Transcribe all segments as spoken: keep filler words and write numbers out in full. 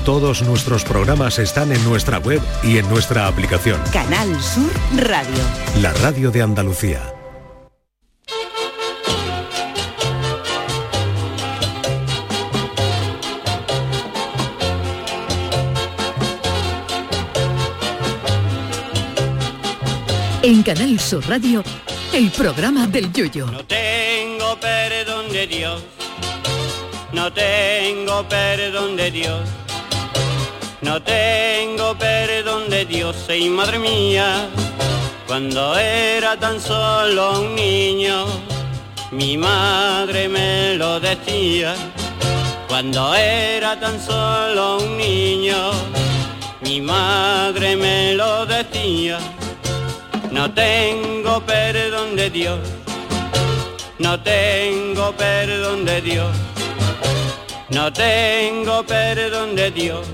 Todos nuestros programas están en nuestra web y en nuestra aplicación. Canal Sur Radio. La radio de Andalucía. En Canal Sur Radio, el programa del Yoyo. No tengo perdón de Dios, no tengo perdón de Dios, no tengo perdón de Dios, y madre mía, cuando era tan solo un niño, mi madre me lo decía, cuando era tan solo un niño, mi madre me lo decía. No tengo perdón de Dios, no tengo perdón de Dios, no tengo perdón de Dios,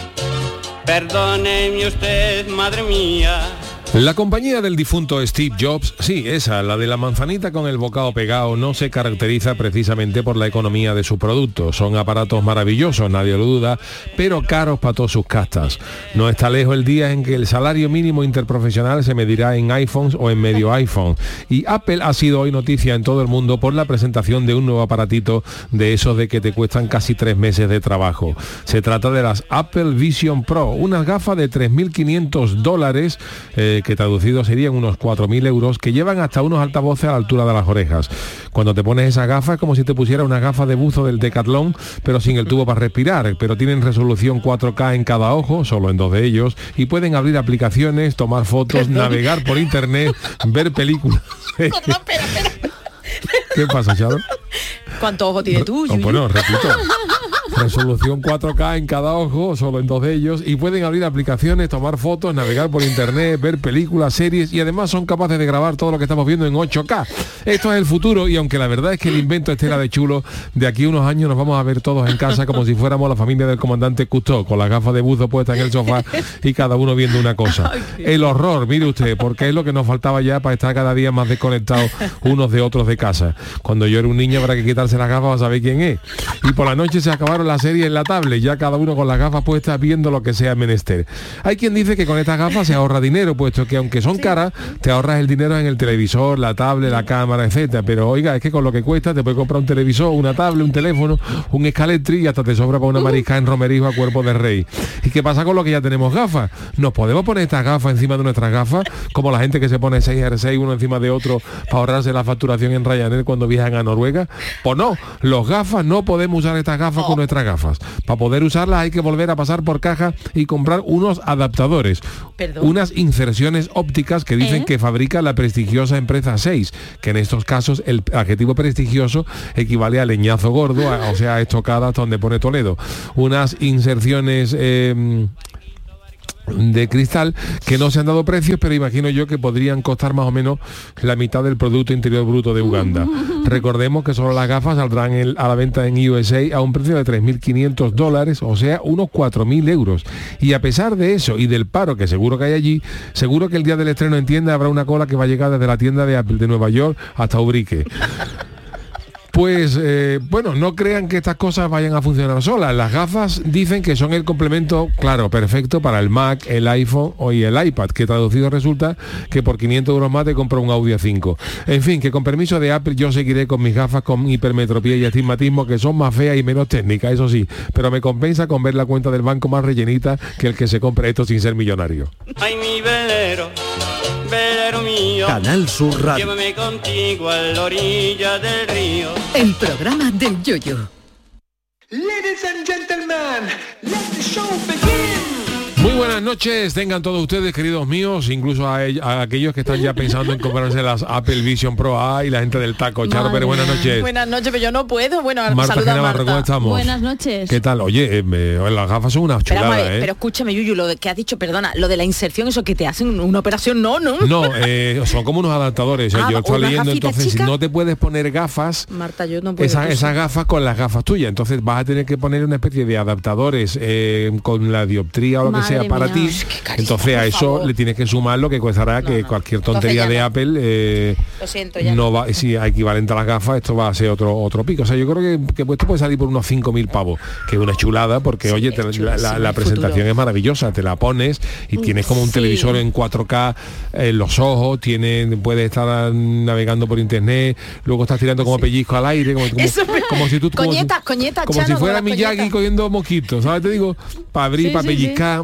perdóneme usted, madre mía. La compañía del difunto Steve Jobs, sí, esa, la de la manzanita con el bocado pegado, no se caracteriza precisamente por la economía de sus productos. Son aparatos maravillosos, nadie lo duda, pero caros para todas sus castas. No está lejos el día en que el salario mínimo interprofesional se medirá en iPhones o en medio iPhone. Y Apple ha sido hoy noticia en todo el mundo por la presentación de un nuevo aparatito de esos de que te cuestan casi tres meses de trabajo. Se trata de las Apple Vision Pro, unas gafas de tres mil quinientos dólares, eh, que traducido serían unos cuatro mil euros, que llevan hasta unos altavoces a la altura de las orejas. Cuando te pones esas gafas es como si te pusiera una gafa de buzo del Decathlon, pero sin el tubo para respirar, pero tienen resolución cuatro K en cada ojo, solo en dos de ellos, y pueden abrir aplicaciones, tomar fotos, navegar por internet, ver películas. ¿Cómo? Espera, espera. ¿Qué pasa, Charo? ¿Cuántos ojos tiene tú? Oh, bueno, repito. Resolución cuatro K en cada ojo, solo en dos de ellos, y pueden abrir aplicaciones, tomar fotos, navegar por internet, ver películas, series, y además son capaces de grabar todo lo que estamos viendo en ocho K. Esto es el futuro, y aunque la verdad es que el invento este era de chulo, de aquí a unos años nos vamos a ver todos en casa como si fuéramos la familia del comandante Cousteau, con las gafas de buzo puestas en el sofá y cada uno viendo una cosa. El horror, mire usted, porque es lo que nos faltaba ya para estar cada día más desconectados unos de otros de casa. Cuando yo era un niño, habrá que quitarse las gafas para saber quién es. Y por la noche se acabaron la serie en la tablet, ya cada uno con las gafas puestas viendo lo que sea menester. Hay quien dice que con estas gafas se ahorra dinero, puesto que aunque son caras, te ahorras el dinero en el televisor, la tablet, la cámara, etcétera. Pero oiga, es que con lo que cuesta te puedes comprar un televisor, una tablet, un teléfono, un escaletri, y hasta te sobra para una marisca en romerijo a cuerpo de rey. ¿Y qué pasa con lo que ya tenemos gafas? ¿Nos podemos poner estas gafas encima de nuestras gafas? Como la gente que se pone seis jerseys uno encima de otro para ahorrarse la facturación en Ryanair cuando viajan a Noruega. Pues no, los gafas no podemos usar estas gafas con nuestras gafas. Para poder usarlas hay que volver a pasar por caja y comprar unos adaptadores. ¿Perdón? Unas inserciones ópticas que dicen ¿Eh? que fabrica la prestigiosa empresa seis, que en estos casos el adjetivo prestigioso equivale a leñazo gordo, a, o sea, a estocada hasta donde pone Toledo. Unas inserciones Eh, de cristal que no se han dado precios, pero imagino yo que podrían costar más o menos la mitad del Producto Interior Bruto de Uganda. Recordemos que solo las gafas saldrán en, a la venta en U S A a un precio de tres mil quinientos dólares, o sea, unos cuatro mil euros. Y a pesar de eso y del paro que seguro que hay allí, seguro que el día del estreno en tienda habrá una cola que va a llegar desde la tienda de Apple de Nueva York hasta Ubrique. Pues, eh, bueno, no crean que estas cosas vayan a funcionar solas. Las gafas dicen que son el complemento, claro, perfecto para el Mac, el iPhone o y el iPad, que traducido resulta que por quinientos euros más te compro un Audi A cinco. En fin, que con permiso de Apple yo seguiré con mis gafas con hipermetropía y astigmatismo, que son más feas y menos técnicas, eso sí, pero me compensa con ver la cuenta del banco más rellenita que el que se compre esto sin ser millonario. Ay, mi velero, velero mío, Canal Sur Radio. Llévame contigo a la orilla del río. El programa del Yoyo. Ladies and gentlemen, let the show begin. Muy buenas noches, tengan todos ustedes, queridos míos, incluso a, ell- a aquellos que están ya pensando en comprarse las Apple Vision Pro A y la gente del taco. Charo Pérez, buenas noches. Buenas noches, pero yo no puedo. Bueno, Marta saluda a Genavarro, Marta. ¿cómo estamos? Buenas noches. ¿Qué tal? Oye, eh, me- las gafas son una Espera, chulada, vamos a ver, ¿eh? pero escúchame, Yuyu, lo de que has dicho, perdona, lo de la inserción, eso que te hacen una operación, no, no. No, eh, son como unos adaptadores. Ah, yo estoy ¿una leyendo, gafita entonces chica? no te puedes poner gafas, Marta, yo no puedo. esa- tú esas sí. gafas con las gafas tuyas. Entonces vas a tener que poner una especie de adaptadores eh, con la dioptría o lo Madre que sea para para ti. Entonces a eso le tienes que sumar lo que costará, que cualquier tontería de Apple eh, Lo siento, ya no va, si equivalente a las gafas, esto va a ser otro otro pico. O sea, yo creo que, que esto puede salir por unos cinco mil pavos, que es una chulada, porque Sí, oye, te- es la, la- chulísimo, la el presentación futuro. es maravillosa, te la pones y tienes como un sí. televisor en cuatro K en los ojos, tienes, puedes estar navegando por internet, luego estás tirando como pellizco al aire, como, como, Eso me- como si tú como, Coñetas, si, coñetas, como Chano, si con fuera las Miyagi coñetas. cogiendo mosquitos, ¿sabes? Te digo, para abrir, Sí, para sí, pellizcar.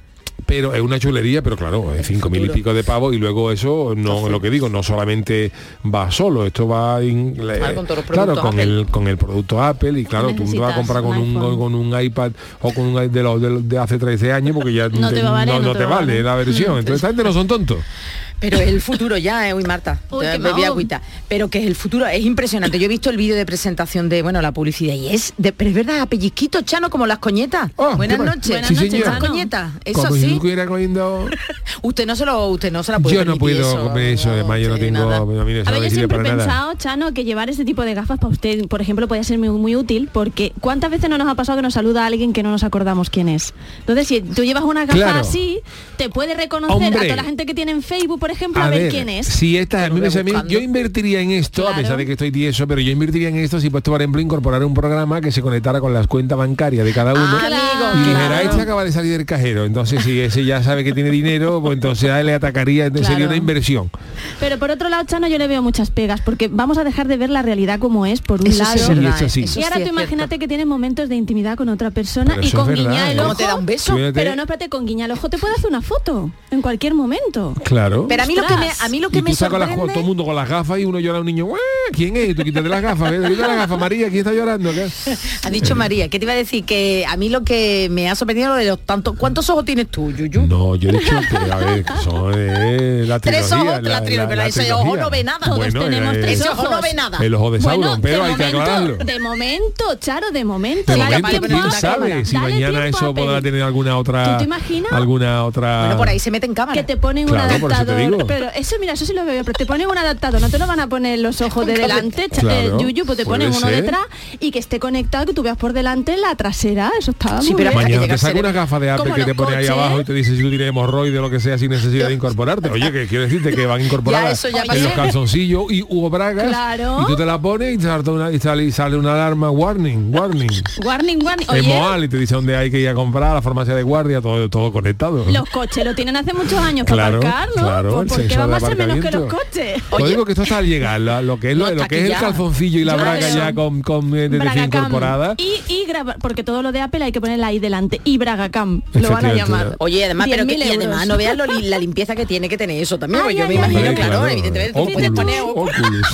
Pero es una chulería, pero claro, es cinco mil y pico de pavos y luego eso, no lo que digo, no solamente va solo, esto va in- le- Claro, con todos los claro, productos con Apple. el con el producto Apple y claro, tú te vas a comprar con un un, iPhone. con un iPad o con un i- de los de, los de hace trece años porque ya No te va a valer, no, no no te te va a vale valer. la versión. Entonces esta gente no son tontos. Pero es el futuro ya, ¿eh? Uy, Marta, Uy, te qué bebí mago. agüita. Pero que es el futuro, es impresionante. Yo he visto el vídeo de presentación de, bueno, la publicidad y es, de, pero es verdad, a pellizquitos, Chano, como las coñetas. Oh, Buenas qué ma- noches. Buenas Sí, noches, señor. Las Chano. coñetas, eso Como si tú sí. estuvieras cogiendo. Usted no se lo, usted no se la puede Yo no permitir puedo comer eso, además yo no usted tengo, nada. a mí eso A no ver, me yo sirve siempre he para nada. pensado, Chano, que llevar ese tipo de gafas para usted, por ejemplo, puede ser muy, muy útil, porque ¿cuántas veces no nos ha pasado que nos saluda a alguien que no nos acordamos quién es? Entonces, si tú llevas una gafa Claro. así, te puede reconocer Hombre. a toda la gente que tiene en Facebook, por ejemplo, a, ver, quién es. Si esta, a mí Lo me voy parece a mí- buscando. yo invertiría en esto, a Claro. pesar de que estoy tieso, pero yo invertiría en esto si puesto, por ejemplo, incorporar un programa que se conectara con las cuentas bancarias de cada uno. Ah, amigo, Y dijera, claro. este acaba de salir del cajero. Entonces, si ese ya sabe que tiene dinero, pues entonces a él le atacaría, Claro. sería una inversión. Pero por otro lado, Chano, yo le veo muchas pegas, porque vamos a dejar de ver la realidad como es, por un Eso lado. sí es verdad, eso sí. eso Y ahora sí tú es imagínate cierto. que tienes momentos de intimidad con otra persona Pero y eso con es verdad, guiñar el ¿eh? ojo. ¿Cómo te da un beso? Fíjate. Pero no, espérate, con guiñar el ojo te puede hacer una foto en cualquier momento. Claro. Pero a mí lo que me, a mí lo que y me tú sacas las- sorprende... todo el mundo con las gafas y uno llora a un niño, "Ué, ¿quién es? Y tú quítate las gafas, ¿eh? Quítate las gafas, María, ¿quién está llorando? ¿Qué? Ha dicho María, ¿qué te iba a decir? Que a mí lo que me ha sorprendido lo de los tantos... ¿Cuántos ojos tienes tú, Yuyu? No, yo he dicho que, a ver, que son eh, la Tres trilogía. ojos, la trilogía, pero ese ojo no ve nada. Todos tenemos tres Ese ojo ojos. no ve nada. El ojo de Sauron, pero de hay que momento, aclararlo. de momento, Charo, de momento. De Venga, momento, vale, quién ponemos una sabe cámara. si Dale mañana tiempo eso a podrá pedir. tener alguna otra ¿Tú te imaginas? alguna otra Bueno, por ahí se mete en cámara. Que te ponen Claro, un por eso te adaptador. digo. Pero eso, mira, eso sí lo veo yo, pero te ponen un adaptador, no te lo van a poner los ojos de delante, cha- Claro, eh, Yuyu, pues te puede ponen uno ser. detrás y que esté conectado, que tú veas por delante la trasera, eso está Sí, muy pero bien. para que mañana llegue te a saca ser- una gafa de Apple como que te los pone ahí coches. abajo y te dice si tú tienes hemorroide o lo que sea sin necesidad de incorporarte. Oye, que quiero decirte que van incorporadas eso ya en pasó. los calzoncillos y hubo bragas Claro. y tú te la pones y, te salta una, y, sale, y sale una alarma warning, warning. Warning, warning. En Oye, Moal y te dice dónde hay que ir a comprar, a la farmacia de guardia, todo, todo conectado. los coches lo tienen hace muchos años Claro, para aparcar, ¿no? claro, Pues, el ¿por qué sensor de vamos a ser menos que los aparcamiento. coches? Lo digo que esto está al llegar, la- lo que es, lo, No, lo está que es el aquí ya. calzoncillo y la Claro. braga ya con, con eh, detección Bragacam. incorporada. Y, y grabar, porque todo lo de Apple hay que ponerla ahí delante. Y Bragacam, lo van a Efectivamente. llamar. Oye, además, pero que, diez mil y además euros. no veas lo li- la limpieza que tiene que tener eso también, Ay, porque yo ay, me ay, imagino, ay, claro, claro. evidentemente tú Oculus, te pones Oculus.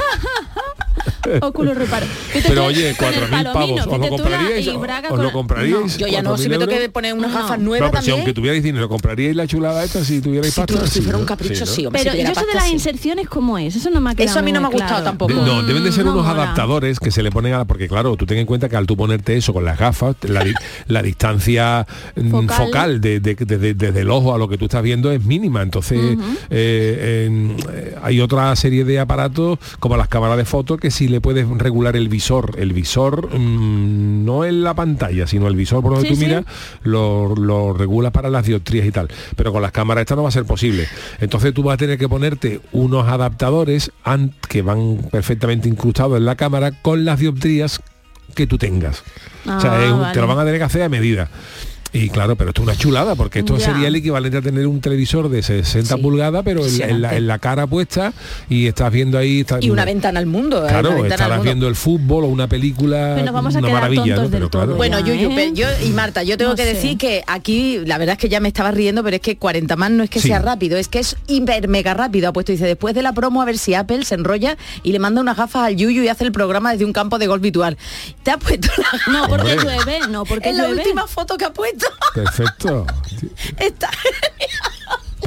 Oculus reparo. Fíjate Pero tú, oye, con el cuatro mil palomino, pavos, ¿os lo fíjate tú la- compraríais? y Braga ¿Os con- lo compraríais? Yo ya no, ¿cuatro si mil me tengo que euros? poner unas No. gafas No, nuevas pero si aunque también. tuvierais dinero, ¿compraríais la chulada esta si tuvierais Si, pasta? tú- si Sí, fuera un ¿no? capricho, Sí, sí, ¿no? hombre, si Pero tuviera yo eso de pasta, las sí. inserciones, ¿cómo es? Eso no me ha quedado Eso a mí no me ha muy gustado claro. tampoco. De- no, deben de ser no unos mola. adaptadores que se le ponen a la, porque claro, tú ten en cuenta que al tú ponerte eso con las gafas, la, di- la distancia mm, Focal. focal, de, de- de- de- desde el ojo a lo que tú estás viendo es mínima. Entonces eh, en- eh, hay otra serie de aparatos como las cámaras de fotos que sí le puedes regular el visor. El visor mm, no en la pantalla, sino el visor por donde Sí, tú sí. miras lo, lo regula para las dioptrías y tal. Pero con las cámaras estas no va a ser posible. Entonces tú vas a tener que ponerte unos adaptadores an- que van perfectamente incrustados en la cámara con las dioptrías que tú tengas. o sea, Ah, es un- vale. te lo van a tener que hacer a medida. Y claro, pero esto es una chulada, porque esto Ya. sería el equivalente a tener un televisor de sesenta Sí, pulgadas, pero en, la- en la, en la cara puesta y estás viendo ahí... estás- Y una ventana al mundo. ¿eh? Claro, una ventana al estarás mundo. viendo el fútbol o una película, Pero nos vamos a una quedar maravilla, tontos ¿no? del Pero claro. todo. Bueno, Ya, Yuyu, ¿eh? pero yo y Marta, yo tengo No que sé. decir que aquí la verdad es que ya me estaba riendo, pero es que cuarenta más no es que Sí. sea rápido, es que es hiper mega rápido. Ha puesto, dice, después de la promo a ver si Apple se enrolla y le manda unas gafas al Yuyu y hace el programa desde un campo de golf virtual. Te ha puesto la... No, porque Hombre. llueve, no, porque en la llueve. última foto que ha puesto. Perfecto. Está... Pero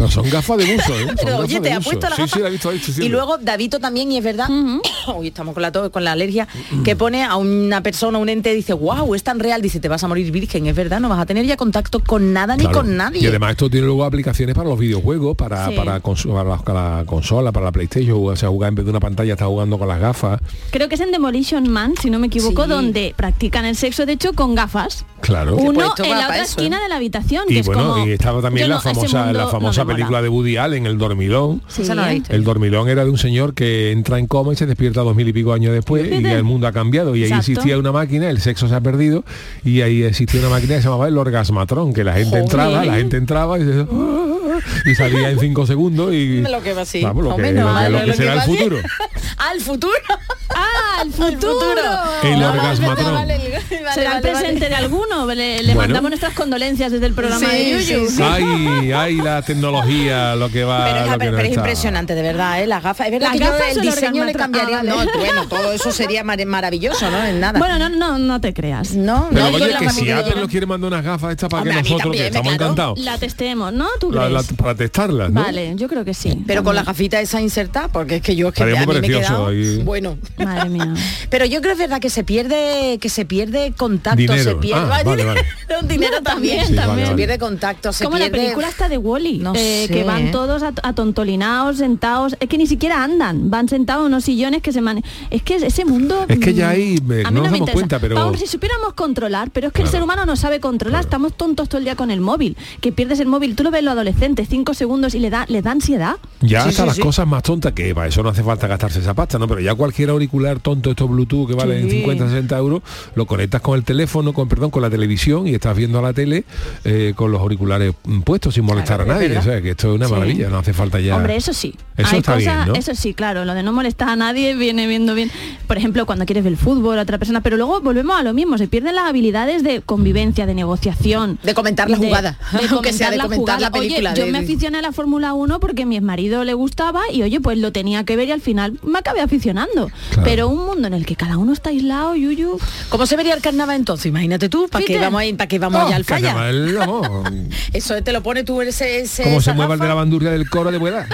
Pero son gafas de buzo, ¿eh? Son Pero oye, gafas te de ha buzo. puesto la Sí, gafa. sí, la he visto, la he visto Y siempre. luego Davito también, y es verdad, Ujú. hoy estamos con la, to- con la alergia, que pone a una persona, un ente, dice, wow, es tan real, dice, te vas a morir virgen, es verdad, no vas a tener ya contacto con nada ni Claro. con nadie. Y además esto tiene luego aplicaciones para los videojuegos, para, Sí. para, cons- para la, para la consola, para la PlayStation, o sea, jugar en vez de una pantalla, está jugando con las gafas. Creo que es en Demolition Man, si no me equivoco, Sí. donde practican el sexo, de hecho, con gafas. Claro. Uno puesto en va la pa' otra eso, esquina ¿eh? de la habitación. que Y es bueno, como- y estaba también yo la no, ese famosa, mundo la no famosa me mola. película de Woody Allen, El Dormilón. Sí. Esa no la he visto. El Dormilón era de un señor que entra en coma y se despierta dos mil y pico años después, y Fíjate. el mundo ha cambiado, y ahí Exacto. existía una máquina, el sexo se ha perdido, y ahí existía una máquina que se llamaba el orgasmatrón, que la gente Joder. entraba, la gente entraba y, se- y salía en cinco segundos y Lo que va así. vamos, lo más o que, menos, lo que- ¿vale? lo que Lo que será el va así. futuro. Al futuro. ¡Ah, el futuro! futuro. El No, orgasmatrón. vale, vale, vale, ¿Será vale, el presente vale. de alguno? Le, le Bueno. mandamos nuestras condolencias desde el programa Sí, de Yuyu. sí, sí. Ay, ay, la tecnología, lo que va, Pero, es, lo que pero no es está. impresionante, de verdad, ¿eh? Las gafas. Es verdad Las que yo gafas el o el diseño le orgasmatron- cambiaría. Ah, No, vale. bueno, todo eso sería mar- maravilloso, ¿no? En nada. Bueno, no, no, no te creas. no, Pero no, oye, yo que la si maravilla. Apple nos quiere mandar unas gafas estas para Hombre, que a mí nosotros, también, que estamos claro. encantados. La testemos, ¿no? ¿Tú La- crees? la- para testarlas, ¿no? Vale, yo creo que sí. Pero con la gafita esa insertada, porque es que yo es que Estaría a muy mí me he precioso quedado... ahí. Bueno. Madre mía. Pero yo creo que es verdad que se pierde que se pierde contacto, Dinero. se pierde Ah, vale, dinero, vale. dinero No, también, también, Sí, vale, se vale. pierde contacto, se Como pierde la película está de Wall-E, No eh, sé, que van ¿eh? todos at- atontolinados, sentados, es que ni siquiera andan, van sentados en unos sillones que se man... Es que ese mundo... Es que ya mm, ahí, eh, a no mí nos me damos interesa. cuenta, pero- Vamos, si supiéramos controlar, pero es que el Claro. ser humano no sabe controlar, estamos tontos todo el día con el móvil, que pierdes el móvil, tú lo ves los adolescentes, cinco segundos y le da, le da ansiedad. Ya Sí, hasta sí, las sí. cosas más tontas, que para eso no hace falta gastarse esa pasta, ¿no? Pero ya cualquier auricular tonto, estos Bluetooth que valen Sí. cincuenta, sesenta euros, lo conectas con el teléfono, con perdón, con la televisión, y estás viendo la tele eh, con los auriculares mm, puestos sin molestar Claro, a es nadie. O verdad. sea, que esto es una Sí. maravilla, no hace falta ya... Hombre, eso sí. Eso Hay está cosas- bien, ¿no? Eso sí, claro, lo de no molestar a nadie viene viendo bien. Por ejemplo, cuando quieres ver el fútbol a otra persona, pero luego volvemos a lo mismo, se pierden las habilidades de convivencia, de negociación. De comentar la de- jugada, de aunque sea de comentar la jugada. película, Oye, yo de- me aficioné a la Fórmula uno porque a mi marido le gustaba y oye, pues lo tenía que ver y al final me acabé aficionando. Claro. Pero un mundo en el que cada uno está aislado, yuyu. ¿Cómo se vería el carnaval entonces? Imagínate tú, ¿para qué Fíjate. vamos a ir, para qué vamos Oh, allá al falla? carnaval, no. Eso te lo pone tú ese, ese Como se esa mueva el de la gafa. bandurria del coro de Bueda.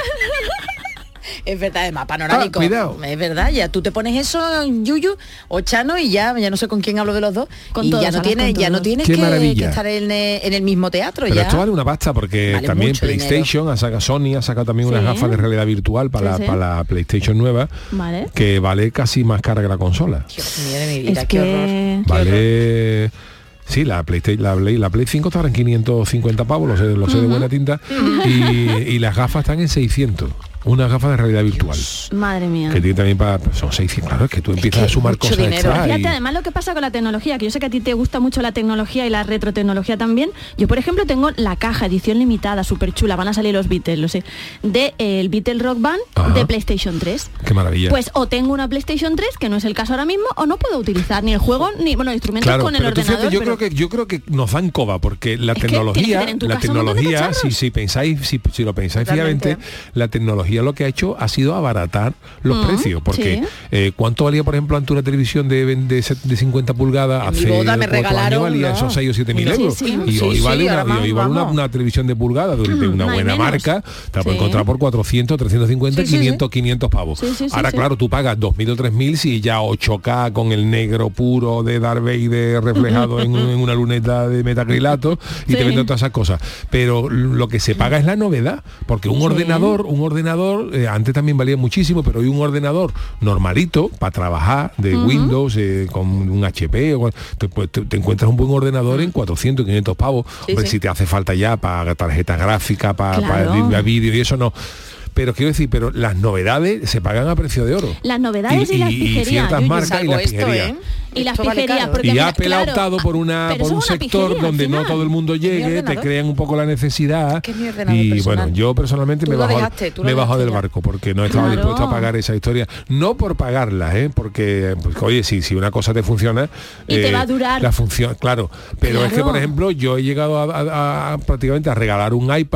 Es verdad, es más panorámico. Ah, cuidado. Es verdad, ya tú te pones eso, Yuyu o Chano, y ya, ya no sé con quién hablo de los dos. Con y todos, ya no hablas tienes, con ya no todos. tienes Qué que, maravilla. que estar en, eh, en el mismo teatro. Pero ya. esto vale una pasta porque Vale también mucho PlayStation ha sacado, Sony ha sacado también unas Sí. gafas de realidad virtual para, Sí, la, sí. para la PlayStation nueva, Vale. que vale casi más cara que la consola. Dios mío de mi vida, Es qué que... horror. qué horror. Vale. Sí, la PlayStation, la Play, la Play cinco estará en quinientos cincuenta pavos, lo sé, lo sé de buena tinta, y, y las gafas están en seiscientos. Unas gafas de realidad virtual. Madre mía. Que tiene también para... Son seiscientos, claro, es que tú empiezas que a sumar mucho cosas dinero. extra. Fíjate, y- además lo que pasa con la tecnología, que yo sé que a ti te gusta mucho la tecnología y la retrotecnología también. Yo, por ejemplo, tengo la caja, edición limitada, súper chula, van a salir los Beatles, lo sé, de eh, el Beatle Rock Band Ajá. de PlayStation tres. Qué maravilla. Pues o tengo una PlayStation tres, que no es el caso ahora mismo, o no puedo utilizar ni el juego, ni bueno, instrumentos Claro, con el pero tú fíjate, ordenador. yo pero- creo que yo creo que nos dan coba porque la Es que tienes que tecnología, tener en tu la casa un montón de tecnología, cacharros. si, si pensáis, si, si lo pensáis Totalmente. fríamente, la tecnología lo que ha hecho ha sido abaratar los Mm, precios, porque sí. eh, ¿cuánto valía, por ejemplo, ante una televisión de, de, set- de cincuenta pulgadas? En mi Hace boda me cuatro años regalaron, valía ¿no? esos seis o siete mil Sí, euros. sí. Y Sí, hoy sí, vale, ahora una, y hoy vamos, vale una, vamos. una televisión de pulgadas de, de una no hay buena menos. marca, te la puedes Sí. encontrar por cuatrocientos, trescientos cincuenta, Sí, sí, sí. quinientos, quinientos pavos. Sí, sí, sí, Ahora, sí. claro, tú pagas dos mil o tres mil si ya ocho K con el negro puro de Darth Vader reflejado en, en una luneta de metacrilato y Sí. te venden todas esas cosas. Pero lo que se paga es la novedad, porque un Sí. ordenador, un ordenador, eh, antes también valía muchísimo, pero hoy un ordenador normalito para trabajar de Windows eh, con un H P, o, te, pues, te- te encuentras un buen ordenador en cuatrocientos, quinientos pavos. Sí, Hombre, sí. si te hace falta ya para tarjeta gráfica, para, Claro. para vídeo y eso no. Pero quiero decir, pero las novedades se pagan a precio de oro. Las novedades y, las pijerías. ciertas Yuyu. marcas y Salvo las esto, pijerías. ¿eh? Y las Esto vale pijerías, caro. porque Y mira, Apple claro, ha optado por una pero por eso un es una sector pijería, donde al no final. todo el mundo llegue, te ordenador? crean un poco la necesidad. Que es mi ordenador Y personal. bueno, yo personalmente Tú me he lo bajado, dejaste, tú lo me he bajado dejaste del ya. barco porque no estaba Claro. dispuesto a pagar esa historia. No por pagarla, ¿eh? Porque, pues, oye, si, si una cosa te funciona... Y te va a durar. La función, claro. Pero es que, Claro. por ejemplo, yo he llegado a, a- a prácticamente a regalar un iPad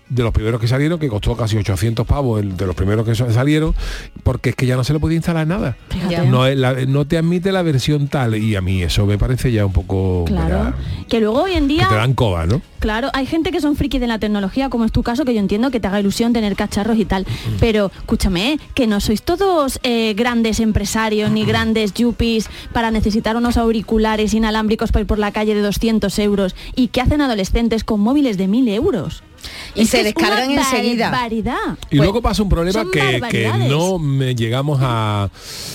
de los primeros que salieron, que costó casi ochocientos pavos, el de los primeros que salieron, porque es que ya no se le podía instalar nada. No, es la, no te admite la versión tal, y a mí eso me parece ya un poco... Claro, ¿verdad? Que luego hoy en día... Que te dan coba, ¿no? Claro, hay gente que son frikis de la tecnología, como es tu caso, que yo entiendo que te haga ilusión tener cacharros y tal, mm. pero escúchame, que no sois todos eh, grandes empresarios ni grandes yuppies para necesitar unos auriculares inalámbricos para ir por la calle de doscientos euros, y que hacen adolescentes con móviles de mil euros. Y es se descargan es enseguida. Barbaridad. Y pues, luego pasa un problema que, que no me llegamos a...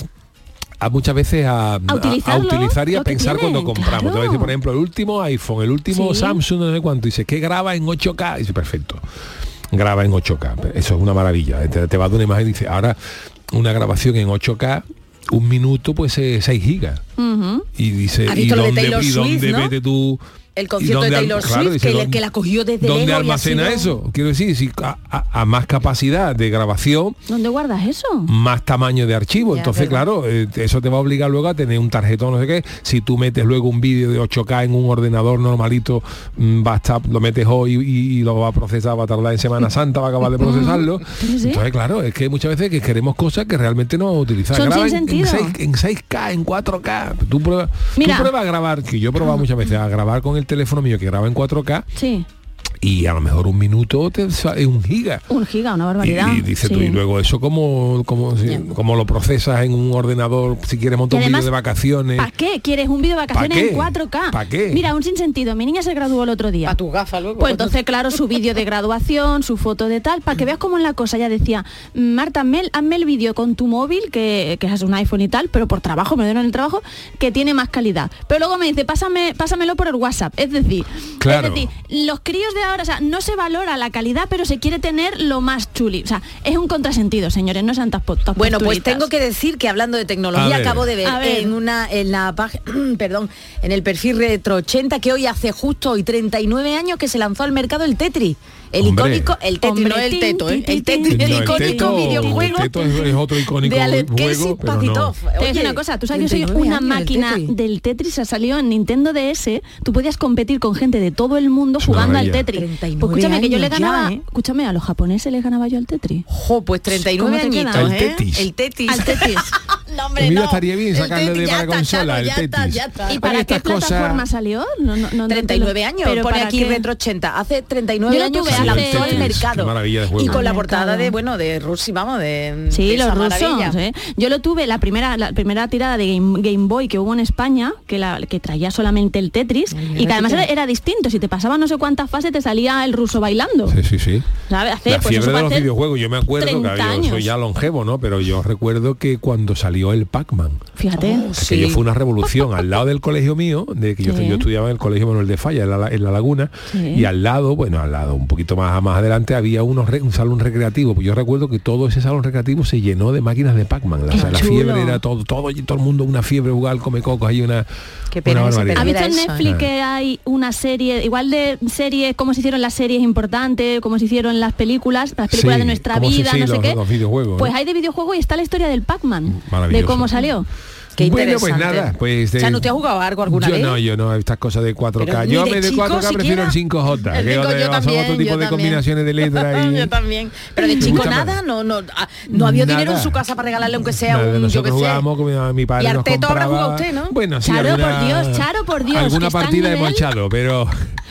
a muchas veces a, a, a utilizar y a pensar tiene, cuando compramos. Claro. Te voy a decir, por ejemplo, el último iPhone, el último sí. Samsung, no sé cuánto, dice que graba en ocho K, dice perfecto, graba en ocho K, eso es una maravilla, te, te va a dar una imagen y dice, ahora una grabación en ocho K, un minuto pues es seis gigas. Uh-huh. Y dice, ¿y dónde, y dónde ¿no? mete tú? El concierto de Taylor Swift, claro, dice, que, le, que la cogió desde ¿dónde almacena eso? Quiero decir, si a, a, a más capacidad de grabación... ¿Dónde guardas eso? Más tamaño de archivo. Ya, entonces, claro, eh, eso te va a obligar luego a tener un tarjetón, no sé qué. Si tú metes luego un vídeo de ocho K en un ordenador normalito, mmm, va a estar, lo metes hoy y, y lo va a procesar, va a tardar en Semana Santa, va a acabar de procesarlo. ¿Sí? Entonces, claro, es que muchas veces que queremos cosas que realmente no vamos a utilizar. Son Graba sin en, sentido. En, seis, en seis K, en cuatro K. Tú pruebas prueba a grabar, que yo he probado muchas veces, a grabar con el teléfono mío que graba en cuatro K, sí. Y a lo mejor un minuto te sale un giga. Un giga, una barbaridad. Y, y dices sí. tú, y luego eso como, como, si, como lo procesas en un ordenador, si quieres montar un vídeo de vacaciones. ¿Para qué? ¿Quieres un vídeo de vacaciones en cuatro K? ¿Para qué? Mira, un sinsentido. Mi niña se graduó el otro día. A tu gafa luego. Pues entonces, claro, su vídeo de graduación, su foto de tal, para que veas cómo es la cosa. Ya decía, Marta, hazme el, hazme el vídeo con tu móvil, que, que es un iPhone y tal, pero por trabajo, me lo dieron en el trabajo, que tiene más calidad. Pero luego me dice, pásame, pásamelo por el WhatsApp. Es decir, claro. es decir, los críos de ahora, o sea, no se valora la calidad, pero se quiere tener lo más chuli. O sea, es un contrasentido, señores, no sean tan posturitas. Bueno, pues tengo que decir que hablando de tecnología, acabo de ver, ver. en una en la página, perdón, en el perfil Retro ochenta, que hoy hace justo hoy treinta y nueve años que se lanzó al mercado el Tetris. El Hombre. icónico, el Tetris, no el teto, ¿eh? El Tetris, el icónico teto, videojuego el teto es, es otro icónico de Alexei Pakitov. No. Te voy a decir una cosa, tú sabes que yo soy una máquina Tetris. del Tetris, ha salido en Nintendo D S, tú podías competir con gente de todo el mundo es jugando al Tetris. Pues escúchame, que yo le ganaba, ya, ¿eh? escúchame, a los japoneses les ganaba yo al Tetris. Jo, pues treinta y nueve añitos, ¿eh? El Tetris. El Tetris. Al Tetris. No, hombre, mira, no. estaría bien sacarle de para consola, ya el está, Tetris. ya está. ¿Y para, para qué plataforma cosas... salió? No, no, no, treinta y nueve años, pero pone aquí qué? Retro ochenta. Hace treinta y nueve yo años que se lanzó hace... al mercado. Maravilla de juego. Y con al la mercado. portada de, bueno, de Rusia, vamos, de Sí, de los rusos, ¿eh? Yo lo tuve, la primera la primera tirada de Game, Game Boy que hubo en España, que la que traía solamente el Tetris, Ay, y que además era, era distinto. Si te pasaba no sé cuántas fases, te salía el ruso bailando. Sí, sí, sí. ¿Sabes? Hace, la pues fiebre de los videojuegos, yo me acuerdo, que yo soy ya longevo, ¿no? Pero yo recuerdo que cuando salió el Pac-Man, fíjate, oh, aquello sí. fue una revolución al lado del colegio mío, de que yo, sí. yo estudiaba en el colegio Manuel de Falla, en la, en la Laguna, sí. y al lado, bueno, al lado, un poquito más, más adelante, había unos, un salón recreativo. Pues yo recuerdo que todo ese salón recreativo se llenó de máquinas de Pac-Man. La, o sea, la fiebre era todo, todo, todo el mundo, una fiebre, jugar al Comecocos, hay una... Qué pena. ¿Has visto en Netflix que hay una serie, igual de series, como se hicieron las series importantes, como se hicieron las películas, las películas sí, de nuestra vida, sí, no sé los, qué? Los videojuegos, pues ¿no? hay de videojuego y está la historia del Pac-Man, de cómo salió. Qué bueno, pues nada, pues... De... ¿Ya no te has jugado algo alguna yo vez? No, yo no, estas cosas de cuatro K. Pero yo de, de chico, cuatro K prefiero siquiera... el cinco J, el que cinco, yo también, son otro tipo de también. combinaciones de letras y... Yo también. Pero de chico nada, no no no había nada. Dinero en su casa para regalarle aunque sea nada, un, yo que sé. Jugábamos, mi padre y nos Arteto compraba... habrá jugado usted, ¿no? Bueno, sí, Charo, alguna, por Dios, Charo, por Dios. Alguna partida hemos echado, pero...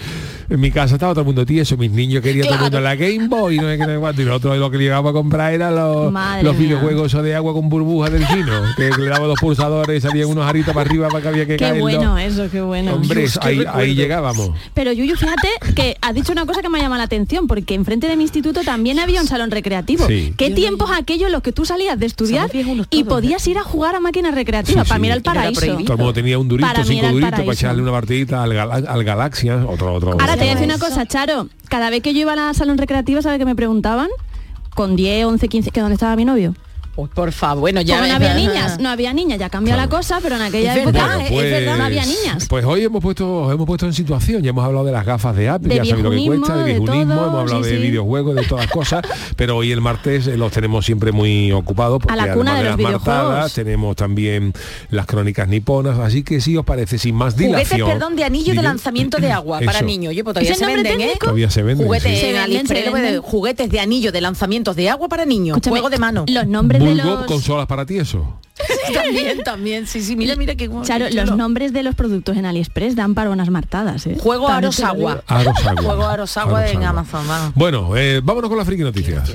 En mi casa estaba todo el mundo tieso, mis niños querían claro. todo el mundo la Game Boy, no es que no es cuánto, y nosotros lo que le íbamos a comprar eran los, los videojuegos esos de agua con burbujas del chino, que le daban los pulsadores y salían unos aritos para arriba para que había que qué caerlo. Qué bueno eso, qué bueno. Hombre, Dios, ahí, ahí llegábamos. Pero Yuyu, fíjate que has dicho una cosa que me llama la atención, porque enfrente de mi instituto también había un salón recreativo. Sí. ¿Qué Yo tiempos no... aquellos en los que tú salías de estudiar todos, y podías ir a jugar a máquinas recreativas? Sí, para sí. mirar el paraíso. Todo el mundo tenía un durito, para cinco duritos para echarle una partidita al, gal al Galaxia, otro, otro. Ahora te voy a decir una cosa, Charo, cada vez que yo iba a la salón recreativa, ¿sabes qué me preguntaban? Con diez, once, quince, que dónde estaba mi novio. Uy, por favor, bueno, ya Como no ves, había ajá. niñas, no había niñas, ya cambió Claro. la cosa, pero en aquella Es época verdad, es es verdad, no había niñas. Pues hoy hemos puesto hemos puesto en situación, ya hemos hablado de las gafas de Apple, De ya sabéis lo que viejunismo, cuesta, de de viejunismo, todo, hemos hablado sí, de sí. videojuegos, de todas cosas, pero hoy el martes eh, los tenemos siempre muy ocupados porque A la cuna además de de, los las martadas videojuegos. tenemos también las crónicas niponas, así que si os parece, sin más Juguetes, dilación. perdón, de anillo de Dime. lanzamiento de agua para Eso. niños. Yo, pues todavía ¿Ese se nombre venden, ¿eh? técnico? Todavía se venden, Juguetes sí. Se en venden, AliExpress, se venden. juguetes de anillo de lanzamientos de agua para niños. Escúchame, Juego de mano. Los nombres de Vulgo los consolas para ti, eso. también, también. Sí, sí, mira, mira qué guay. Claro, qué los chulo. nombres de los productos en AliExpress dan para unas martadas, ¿eh? Juego También Aros te lo Agua. digo. Aros Agua. Juego Aros Agua Aros en Agua. Amazon, vamos. Bueno, eh, vámonos con las friki noticias.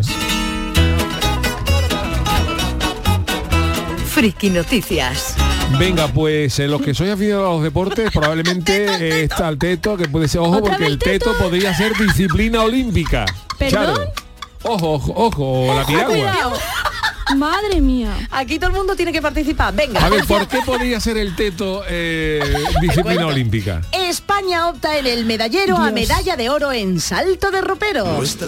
Friki Noticias. Venga, pues eh, los que sois aficionados a los deportes, probablemente eh, está el teto, que puede ser, ojo, ¿Otra porque vez el teto teto? podría ser disciplina olímpica. ¿Perdón? Charo. Ojo, ojo, ojo, la piragua. Cuidado. Madre mía. Aquí todo el mundo tiene que participar. Venga. A ver, ¿por qué podría ser el teto eh, disciplina cuento. olímpica? España opta en el medallero a Dios. medalla de oro en salto de ropero.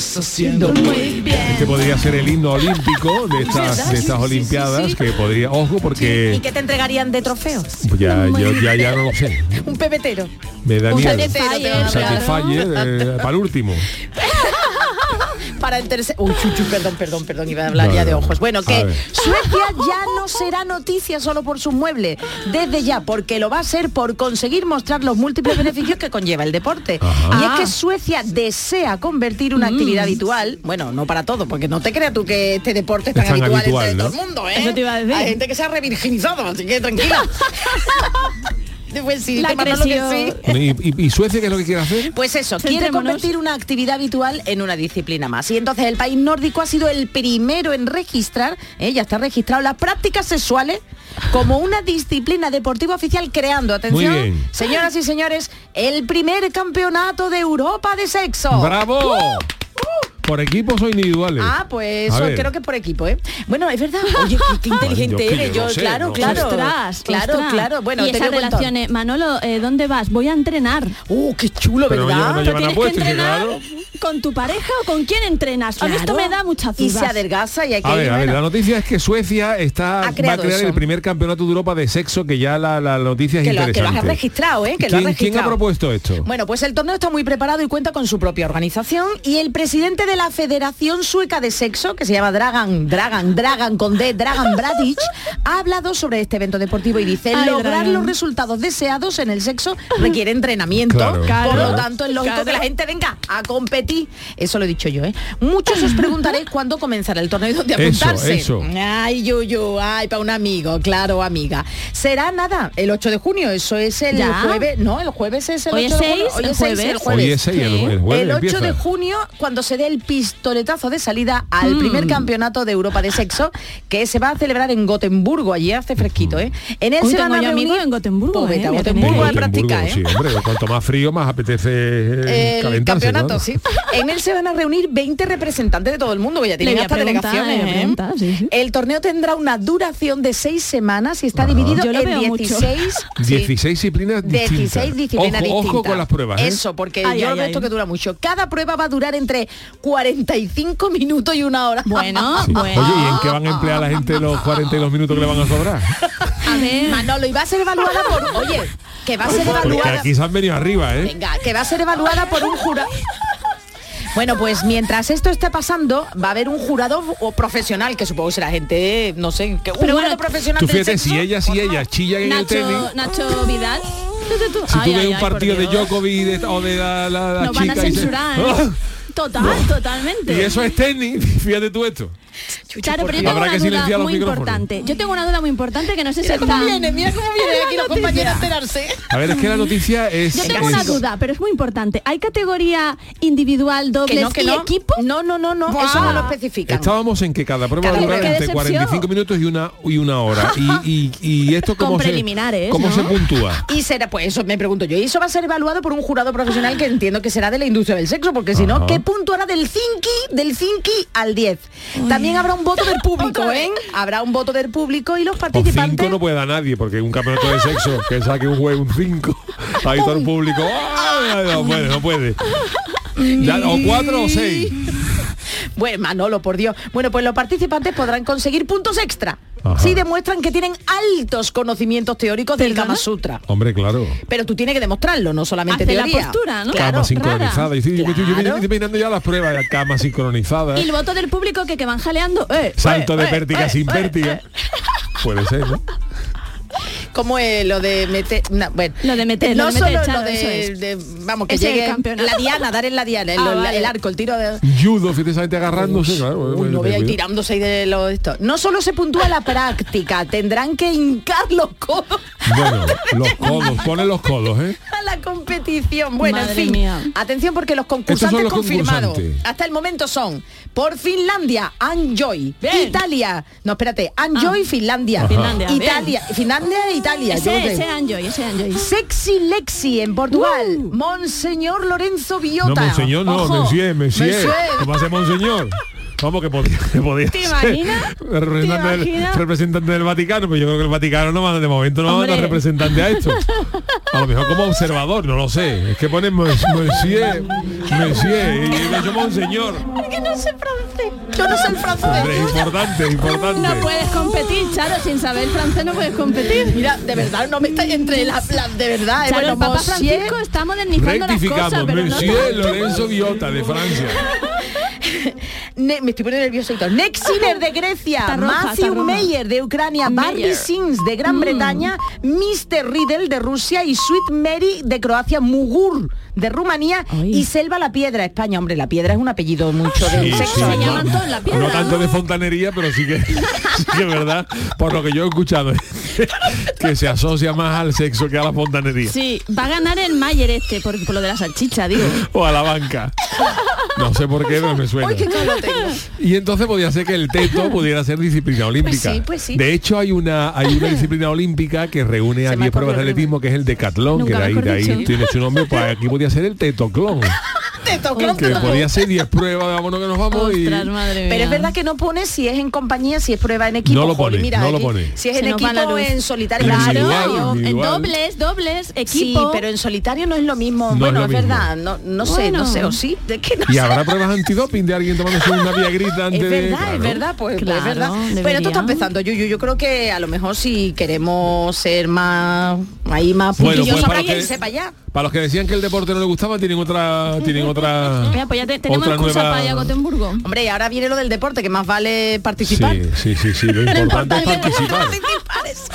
Muy bien. Este podría ser el himno olímpico de estas, ¿Verdad? de Sí, estas sí, sí, olimpiadas, sí. que podría, ojo, ¿Y porque qué te entregarían de trofeo? pues ya, yo, ya, ya no lo sé. Un pebetero. Me da Un miedo. satisfyer, Un satisfyer, eh, para el último. Para el tercer... Uy, chuchu, perdón, perdón, perdón, iba a hablar No, ya de no. ojos. Bueno, A que ver. Suecia ya no será noticia solo por sus muebles, desde ya, porque lo va a ser por conseguir mostrar los múltiples beneficios que conlleva el deporte. Ajá. Y es que Suecia desea convertir una actividad habitual, bueno, no para todo, porque no te creas tú que este deporte es tan Es tan habitual, habitual, entre ¿no? todo el mundo, ¿eh? Eso te iba a decir. Hay gente que se ha revirginizado, así que tranquila. Pues sí, La te mando lo que creció. sí. ¿Y, y, y Suecia qué es lo que quiere hacer? Pues eso, quiere Centrémonos. convertir una actividad habitual en una disciplina más. Y entonces el país nórdico ha sido el primero en registrar, ¿eh? Ya está registrado, las prácticas sexuales como una disciplina deportiva oficial, creando, atención, Muy bien. señoras y señores, el primer campeonato de Europa de sexo. ¡Bravo! ¿Por equipos o individuales? Ah, pues A eso ver. creo que por equipo, ¿eh? Bueno, es verdad. Oye, qué, qué inteligente Ay, yo que eres. yo Yo, no sé, claro, no sé. claro. Ostras, claro, ostras. claro. Bueno, y te esas voy a contar. relaciones, Manolo, eh, ¿dónde vas? Voy a entrenar. Uh, qué chulo, Pero ¿verdad? ya no llevan ¿Tienes que apuestas, sí, entrenar claro. con tu pareja o con quién entrenas? A mí esto Claro. me da muchas Y dudas. se adelgaza y hay que A ver, ir, a ver, bueno. la noticia es que Suecia está Ha va a creado crear eso. el primer campeonato de Europa de sexo, que ya la, la noticia es que lo, que lo interesante. has registrado, ¿eh? Que lo has ¿Quién, registrado. quién ha propuesto esto? Bueno, pues el torneo está muy preparado y cuenta con su propia organización, y el presidente de la Federación Sueca de Sexo, que se llama Dragan, Dragan, Dragan con D, Dragan Bradic, ha hablado sobre este evento deportivo y dice, Ay, lograr Dragan. los resultados deseados en el sexo requiere entrenamiento, Claro, por claro. lo tanto es lógico Claro. que la gente venga a competir. Eso lo he dicho yo, ¿eh? Muchos os preguntaréis cuándo comenzará el torneo y dónde Eso, apuntarse. eso. Ay, yo, yo, ay, para un amigo, claro, amiga. Será nada, el ocho de junio, eso es el ¿Ya? jueves, no, el jueves es el Hoy ocho es de junio. seis, Hoy el es seis, jueves. el jueves. Hoy es seis, el- el jueves El ocho empieza. de junio, cuando se dé el pistoletazo de salida al primer campeonato de Europa de sexo, que se va a celebrar en Gotemburgo, allí hace fresquito, ¿eh? En él Uy, se van tengo a yo reunir... amigos en Gotemburgo, Pues ¿eh? vete a Voy a tener Gotemburgo que a ir. practicar, ¿eh? Sí, hombre, cuanto más frío, más apetece eh, El calentarse, campeonato, ¿no? sí. En él se van a reunir veinte representantes de todo el mundo, que ya tienen Le voy a hasta preguntar, delegaciones. le voy a ¿eh? preguntar, sí, sí. El torneo tendrá una duración de seis semanas y está Ajá. dividido Yo lo en veo mucho. dieciséis... sí. dieciséis disciplinas distintas. dieciséis disciplinas ojo, distintas. Ojo con las pruebas, ¿eh? Eso, porque Ay, yo ay, lo veo ay. esto que dura mucho. Cada prueba va a durar entre cuarenta y cinco minutos y una hora. Bueno, Sí. bueno. Oye, ¿y en qué van a emplear la gente los cuarenta y dos minutos que le van a sobrar? A ver, Manolo, y va a ser evaluada por... Oye, que va a ser Porque evaluada... aquí se han venido arriba, ¿eh? Venga, que va a ser evaluada por un jurado... Bueno, pues mientras esto esté pasando, va a haber un jurado o profesional, que supongo que será gente, no sé, que un Pero jurado bueno, profesional Tú del fíjate, sexo. si ellas y ellas chillan en el tenis, Nacho, Nacho Vidal. si tú Ay, ves ay, un ay, partido por de Dios. Djokovic de- o de la, la, la Nos van a chica y se- censurar, ¿eh? ¡Ah! Total, totalmente. Y eso es tenis, fíjate tú esto. Claro, pero yo tengo Habrá una que duda silenciar los muy micrófonos. importante. Yo tengo una duda muy importante que no sé si Mira cómo está... viene, mira cómo viene aquí los compañeros a enterarse. A ver, es que la noticia es... Yo tengo es- una duda, pero es muy importante. ¿Hay categoría individual, dobles Que no, que y no. equipo? No, no, no, no, Buah. eso no lo especifican. Estábamos en que cada prueba Cada va a durar prueba. entre Qué cuarenta y cinco decepción. minutos y una y una hora. Y, y, y esto Con cómo se, preliminares, ¿cómo ¿no? se puntúa? Y será, pues eso me pregunto yo, y eso va a ser evaluado por un jurado profesional que entiendo que será de la industria del sexo, porque si no, Ajá. ¿qué punto hará del cinco del cinco al diez? También habrá un voto del público, Otra ¿eh? vez. Habrá un voto del público y los O participantes... cinco no puede dar nadie, porque un campeonato de sexo que saque un juego un cinco, ahí todo el público, ¡ay! no puede, no puede. Ya, o cuatro o seis. Bueno, Manolo, por Dios. Bueno, pues los participantes podrán conseguir puntos extra Ajá. si demuestran que tienen altos conocimientos teóricos del Kama Sutra. Hombre, claro. Pero tú tienes que demostrarlo, no solamente Hace la teoría. postura, ¿no? Claro. Cama sincronizada. Y sí, yo- yo- yo- yo- Claro. yo estoy mirando ya las pruebas de cama sincronizada. Y el voto del público que, que van jaleando. Eh, Salto eh, de eh, pértiga eh, sin eh, pértiga. eh. Puede ser, ¿no? ¿Cómo es lo de meter? No, bueno, Lo de meter, no lo de meter, solo Charo, lo eso de, es. de- vamos, que Ese es el llegue campeonato. la diana, dar en la diana, el, Ah, el- vale. el arco, el tiro de... Judo, fíjate esa gente agarrándose, claro. Uy, no eh, voy a ir cuidado. tirándose ahí de lo esto. No solo se puntúa la práctica, tendrán que hincar los codos Bueno, los codos, ponen los codos, ¿eh? a la competición. Bueno, Madre en fin, mía. atención porque los Estos concursantes son los confirmados concursantes. hasta el momento son por Finlandia, Anjoy, Bien. Italia, no espérate, Anjoy, Finlandia, Ajá. Finlandia, bien. Italia, Finlandia e Italia. yo Ese, creo. ese Anjoy, ese Anjoy. Sexy Lexi en Portugal, Monseñor Lorenzo No, Villota. monseñor, no, Ojo. monsieur, monsieur. Monsieur. ¿Cómo hace monseñor? Vamos, que podía, que podía ¿Te ser imaginas? representante, ¿Te del, imaginas? representante del Vaticano, pero yo creo que el Vaticano no manda, de momento no manda Hombre. representante a esto. A lo mejor como observador, no lo sé. Es que ponen mons- monsieur, monsieur, y yo he dicho monseñor. Que no sé francés. Yo no sé el francés. Hombre, es importante, es importante. No puedes competir, Charo, sin saber francés no puedes competir. Mira, de verdad, no me estáis entre la plan, de verdad. eh, Charo, bueno, el Papa monsieur, Francisco está modernizando las cosas, Rectificamos, pero no monsieur tanto. Lorenzo Villota, de Francia. Ne- me estoy poniendo nervioso y todo. Nexiner de Grecia, Está roja, está Matthew roja. Meyer de Ucrania, Barbie Meyer. Sings de Gran Mm. Bretaña, mister Riddle de Rusia y Sweet Mary de Croacia, Mugur de Rumanía Ay. y Selva la Piedra, España. Hombre, la piedra es un apellido mucho de Sí, sexo. sí, Se ¿no? llaman todos la piedra, no tanto ¿no? de fontanería, pero sí que, sí que es verdad, por lo que yo he escuchado, que se asocia más al sexo que a la fontanería. Sí, va a ganar el Mayer este, por, por lo de la salchicha, digo. O a la banca. No sé por qué, pero me suena. Uy, qué claro tengo. Y entonces podía ser que el teto pudiera ser disciplina olímpica. sí, pues sí. De hecho, hay una hay una disciplina olímpica que reúne a Se me diez ha pruebas de ocurrido atletismo, que es el decatlón, que Nunca de ahí, mejor de ahí dicho. tiene su nombre, pues aquí podía ser el tetoclón. Te tocó, Que te tocó. podía ser diez pruebas, vámonos que nos vamos. y Ostras, madre mía. Pero es verdad que no pone si es en compañía, si es prueba en equipo. No lo Jolín, pone, mira, no lo aquí, pone. Si es Se en nos va la equipo o luz. en solitario. Individual, Claro, en individual. dobles, dobles, Sí, equipo. pero en solitario no es lo mismo. No bueno, es es, lo mismo. verdad, no, no sé, Bueno. no sé, o sí, de que no Y sé. habrá pruebas antidoping de alguien tomándose una viagrita antes Es de... verdad, Claro. es verdad, pues, pues Claro, es verdad. Pero esto debería. está empezando, Yuyu. Yo creo que a lo mejor si queremos ser más ahí más Bueno, puntillosos pues para para que que- sepa ya. Para los que decían que el deporte no le gustaba, tienen otra tienen otra Mira, pues ya te- tenemos otra excusa nueva- para ir a Gotemburgo. Hombre, y ahora viene lo del deporte, que más vale participar. Sí, sí, sí, sí, lo importante es participar. Participar, eso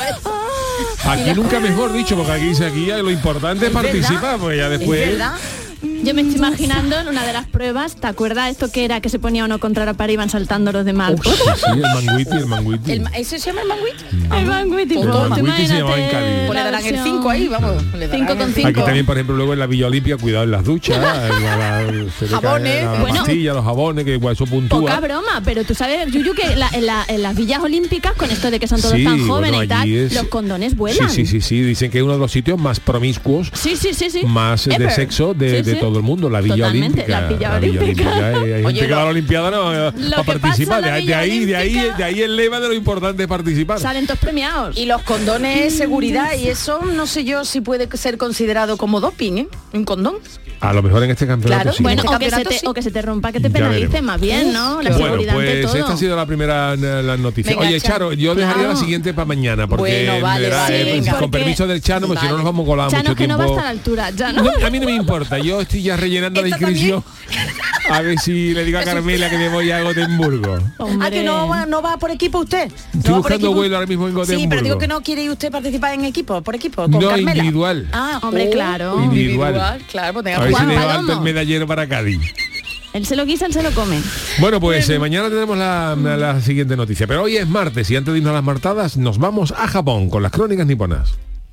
es. Aquí nunca mejor dicho, porque aquí dice aquí lo importante es, Es verdad, participar, pues ya después. Es verdad. Yo me estoy imaginando en una de las pruebas, ¿te acuerdas esto que era que se ponía uno contra la pared y iban saltando los demás? Uf, sí, sí, el manguiti, el manguiti. El ma- ¿Ese se llama el manguit? El manguiti, Pues pues, toma. tú Manguiti se llamaba en imagínate Cádiz. Pues le la darán el versión- cinco ahí, vamos. Le darán Cinco el con cinco. Aquí también, por ejemplo, luego en la Villa Olimpia, cuidado en las duchas, en la, la- se le cae Jabones. la Bueno. pastilla, los jabones, que igual eso Poca puntúa. broma, pero tú sabes, Yuyu, que la- en, la- en las villas olímpicas, con esto de que son todos Sí, tan bueno, jóvenes y tal, allí es- los condones Sí, vuelan. sí, sí, sí, dicen que es uno de los sitios más promiscuos, Sí, sí, sí, sí. más de Ever. sexo de, Sí, de sí. todo el mundo, la Villa Totalmente, Olímpica. la Villa Olímpica. eh, Hay Oye, gente que lo- va a la Olimpiada no, eh, lo a que participar. pasa en la De, de Villa ahí, de ahí, Olímpica- de ahí el lema de lo importante es participar. Salen todos premiados. Y los condones seguridad y eso no sé yo si puede ser considerado como doping, ¿eh? Un condón. A lo mejor en este campeonato Claro, sí. Bueno, este o que, se campeonato te, sí. o que se te rompa, que te Ya penalice veremos. más bien, ¿no? La Bueno, seguridad ante pues todo. esta ha sido la primera eh, la noticia. Venga, Oye, Charo, yo dejaría Claro. la siguiente para mañana, porque Bueno, vale, verá, vale, eh, venga. con Porque- permiso del Chano, porque si no Vale. nos vamos a colar Ya mucho no, que no tiempo. va a estar a la altura, ya no. No, a mí no me importa, yo estoy ya rellenando la ¿Esta inscripción. A ver si le digo a Carmela que me voy a Gotemburgo. Ah, que no va, no va por equipo usted. Estoy No va por buscando equipo. vuelo ahora mismo en Gotemburgo. Sí, pero digo que no quiere ir usted participar en equipo, por equipo, con No, Carmela. individual. Ah, Hombre, oh, claro. Individual. claro, pues A tenga ver si Juan le Palomo. levanto el medallero para Cádiz. Él se lo guisa, él se lo come. Bueno, pues eh, mañana tenemos la, la siguiente noticia. Pero hoy es martes y antes de irnos a las martadas nos vamos a Japón con las crónicas niponas.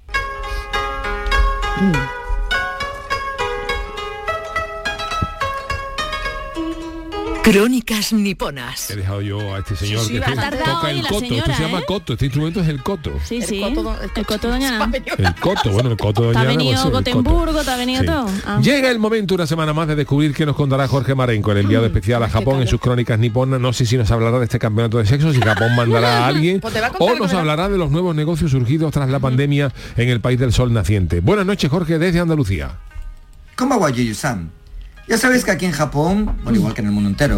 Crónicas niponas. He dejado yo a este señor Sí, que sí, te- ha tardado toca hoy el la coto. Esto señora, se llama ¿eh? coto. Este instrumento es el coto. Sí, El sí. coto do- el El coto coto doña. El coto, bueno, el coto ¿Te ha doñana, venido pues, el Gotemburgo, coto. te ha venido todo? Ah. Llega el momento una semana más de descubrir qué nos contará Jorge Marenco, el enviado especial a Japón en sus crónicas niponas. No sé si nos hablará de este campeonato de sexo, si Japón mandará a alguien, Pues te va a contar o algo, nos ¿verdad? hablará de los nuevos negocios surgidos tras la pandemia en el país del sol naciente. Buenas noches, Jorge, desde Andalucía. ¿Cómo va, Yuyu-san? Ya sabéis que aquí en Japón, al igual que en el mundo entero,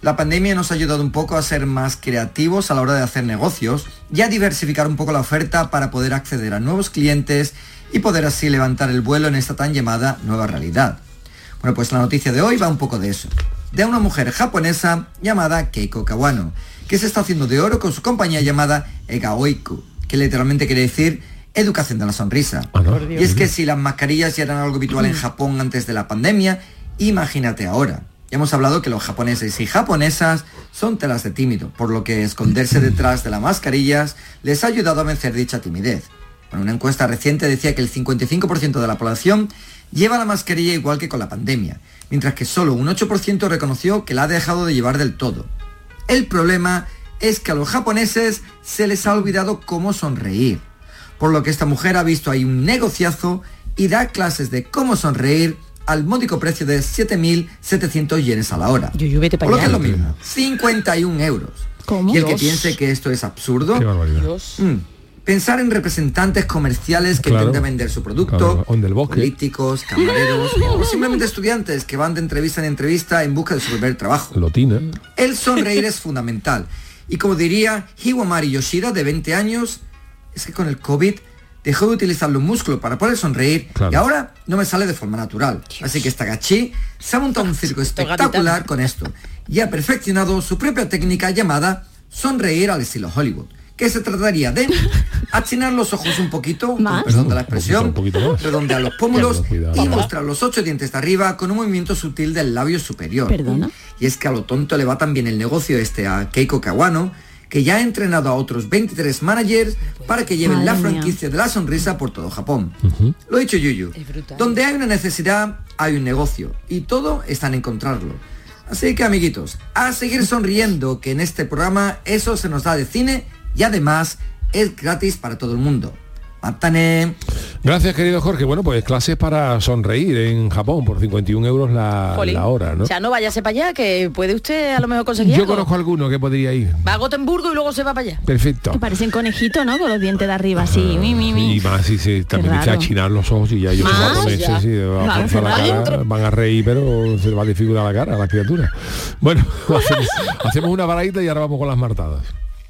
La pandemia nos ha ayudado un poco a ser más creativos a la hora de hacer negocios y a diversificar un poco la oferta para poder acceder a nuevos clientes y poder así levantar el vuelo en esta tan llamada nueva realidad. Bueno, pues la noticia de hoy va un poco de eso. De una mujer japonesa llamada Keiko Kawano, que se está haciendo de oro con su compañía llamada Egaoiku, que literalmente quiere decir educación de la sonrisa. Ah, ¿no? Y es que si las mascarillas ya eran algo habitual en Japón antes de la pandemia, imagínate ahora. Ya hemos hablado que los japoneses y japonesas son telas de tímido, por lo que esconderse detrás de las mascarillas les ha ayudado a vencer dicha timidez. Bueno, una encuesta reciente decía que el cincuenta y cinco por ciento de la población lleva la mascarilla igual que con la pandemia, mientras que solo un ocho por ciento reconoció que la ha dejado de llevar del todo. El problema es que a los japoneses se les ha olvidado cómo sonreír, por lo que esta mujer ha visto ahí un negociazo y da clases de cómo sonreír al módico precio de siete mil setecientos yenes a la hora. Yuyu, vete para por lo que allá. es lo mismo, cincuenta y un euros. ¿Cómo? Y el que Dios. piense que esto es absurdo, Qué barbaridad. Dios. mm, pensar en representantes comerciales que Claro. intentan vender su producto, Claro, on del bosque. políticos, camareros o simplemente estudiantes que van de entrevista en entrevista en busca de su primer trabajo. Lotina. El sonreír es fundamental. Y como diría Hiwamari Yoshida, de veinte años, es que con el COVID dejó de utilizar los músculos para poder sonreír Claro. y ahora no me sale de forma natural. Así que esta gachi se ha montado un circo espectacular con esto y ha perfeccionado su propia técnica llamada sonreír al estilo Hollywood, que se trataría de achinar los ojos un poquito, con ¿Más? perdón de la Un poquito, expresión, un poquito más. redondear los pómulos Cuidado. y mostrar los ocho dientes de arriba con un movimiento sutil del labio superior. ¿Perdona? Y es que a lo tonto le va también el negocio este a Keiko Kawano, que ya ha entrenado a otros veintitrés managers para que lleven Madre la mía. franquicia de la sonrisa por todo Japón. Lo ha dicho Yuyu. Donde hay una necesidad, hay un negocio. Y todo está en encontrarlo. Así que, amiguitos, a seguir sonriendo, que en este programa eso se nos da de cine y además es gratis para todo el mundo. ¡Mátane! Gracias, querido Jorge. Bueno, pues clases para sonreír en Japón por cincuenta y un euros la, Jolín. la hora, ¿no? O sea, no váyase para allá, que puede usted a lo mejor conseguir Yo algo. conozco alguno que podría ir. Va a Gotemburgo y luego se va para allá. Perfecto. Que parecen conejitos, ¿no? Con los dientes de arriba, así. Mi, mi, mi. Y más, sí, sí, también dice raro. achinar los ojos y ya ellos Más, japoneses, ya. sí, va a Claro, forzar la cerrar. cara, van a reír, pero se le va a dificultar la cara a la criatura. Bueno, hacemos, hacemos una paradita y ahora vamos con las martadas.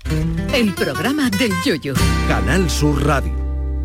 El programa del Yoyo. Canal Sur Radio.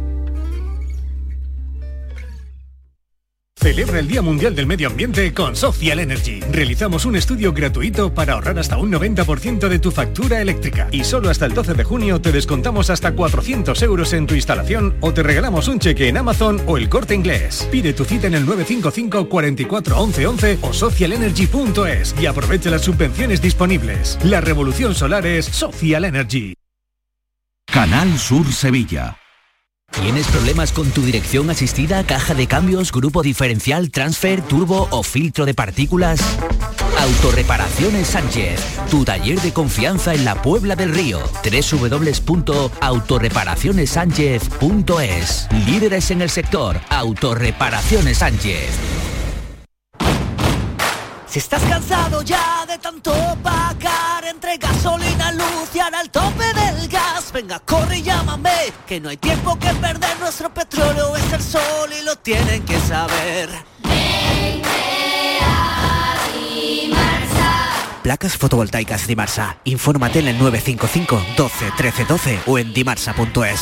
Celebra el Día Mundial del Medio Ambiente con Social Energy. Realizamos un estudio gratuito para ahorrar hasta un noventa por ciento de tu factura eléctrica. Y solo hasta el doce de junio te descontamos hasta cuatrocientos euros en tu instalación o te regalamos un cheque en Amazon o El Corte Inglés. Pide tu cita en el nueve cinco cinco, cuatro cuatro, once once o social energy punto es y aprovecha las subvenciones disponibles. La revolución solar es Social Energy. Canal Sur Sevilla. ¿Tienes problemas con tu dirección asistida, caja de cambios, grupo diferencial, transfer, turbo o filtro de partículas? Autorreparaciones Sánchez, tu taller de confianza en la Puebla del Río. doble u doble u doble u punto autorreparaciones sánchez punto es. Líderes en el sector, Autorreparaciones Sánchez. Si estás cansado ya de tanto pagar entre gasolina, luz y ahora el tope del gas, venga, corre y llámame, que no hay tiempo que perder, nuestro petróleo es el sol y lo tienen que saber. Placas fotovoltaicas Dimarsa. Infórmate en el nueve cinco cinco, doce, trece, doce o en dimarsa punto es.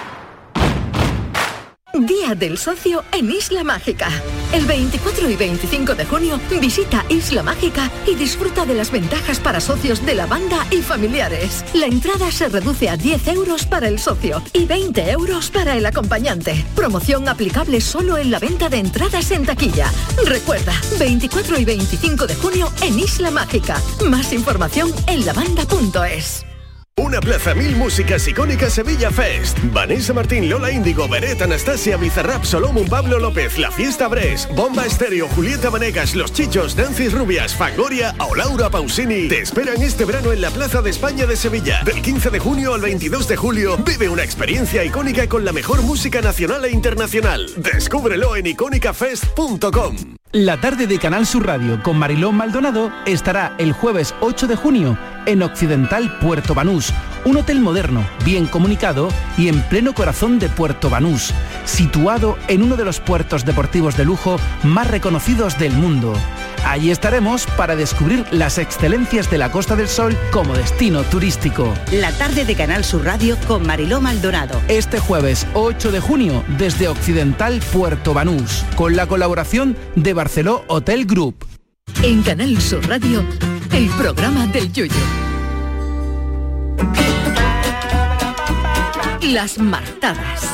Día del Socio en Isla Mágica. El veinticuatro y veinticinco de junio visita Isla Mágica y disfruta de las ventajas para socios de la banda y familiares. La entrada se reduce a diez euros para el socio y veinte euros para el acompañante. Promoción aplicable solo en la venta de entradas en taquilla. Recuerda, veinticuatro y veinticinco de junio en Isla Mágica. Más información en lavanda punto es. Una plaza, mil músicas icónicas Sevilla Fest. Vanessa Martín, Lola Índigo, Beret, Anastasia, Bizarrap, Solomon, Pablo López, La Fiesta Bres, Bomba Estéreo, Julieta Vanegas, Los Chichos, Dancis Rubias, Fangoria o Laura Pausini te esperan este verano en la Plaza de España de Sevilla. Del quince de junio al veintidós de julio vive una experiencia icónica con la mejor música nacional e internacional. Descúbrelo en icónica fest punto com. La tarde de Canal Sur Radio con Mariló Maldonado estará el jueves ocho de junio en Occidental Puerto Banús, un hotel moderno, bien comunicado y en pleno corazón de Puerto Banús, situado en uno de los puertos deportivos de lujo más reconocidos del mundo. Allí estaremos para descubrir las excelencias de la Costa del Sol como destino turístico. La tarde de Canal Sur Radio con Mariló Maldonado. Este jueves ocho de junio desde Occidental Puerto Banús, con la colaboración de Barceló Hotel Group. En Canal Sur Radio, el programa del Yoyo. Las martadas.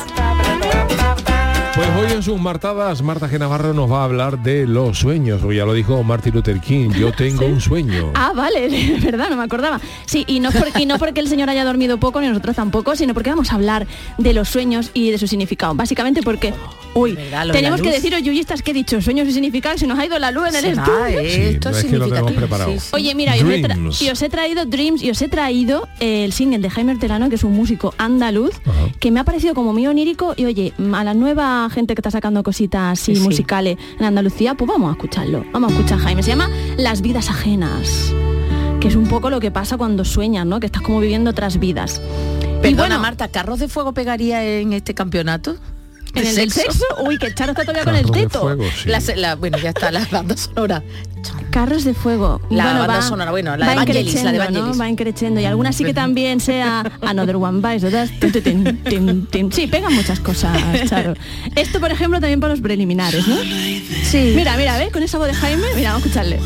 Pues hoy en sus martadas, Marta G. Navarro nos va a hablar de los sueños. O ya lo dijo Martin Luther King, yo tengo ¿Sí? un sueño. Ah, vale, de verdad, no me acordaba. Sí, y no, por, y no porque el señor haya dormido poco, ni nosotros tampoco, sino porque vamos a hablar de los sueños y de su significado. Básicamente porque, uy, ¿verdad, tenemos que deciros, yuyistas, que he dicho sueños y significado, se nos ha ido la luz en el estudio. Sí, esto es, es que lo tenemos preparado. Sí, sí. Oye, mira, y os, tra- y os he traído Dreams, y os he traído eh, el single de Jaime Hortelano, que es un músico andaluz, Ajá. que me ha parecido como muy onírico, y oye, a la nueva gente que está sacando cositas así sí. musicales en Andalucía, pues vamos a escucharlo. Vamos a escuchar a Jaime. Se llama Las vidas ajenas, que es un poco lo que pasa cuando sueñas, ¿no? Que estás como viviendo otras vidas. Perdona, y bueno, Marta, ¿Carros de Fuego pegaría en este campeonato? ¿En el del sexo? Uy, que Charo está todavía Carros con el teto. Fuego, sí. la, la, bueno, ya está, la banda sonora. Carros de Fuego. La bueno, banda va, sonora, bueno, la de Vangelis, la de Vangelis. ¿no? Va increciendo. Y algunas sí que también sea Another One Bites. Sí, pegan muchas cosas, Charo. Esto, por ejemplo, también para los preliminares, ¿no? Sí. Mira, mira, ¿ves? Con esa voz de Jaime, mira, vamos a escucharle.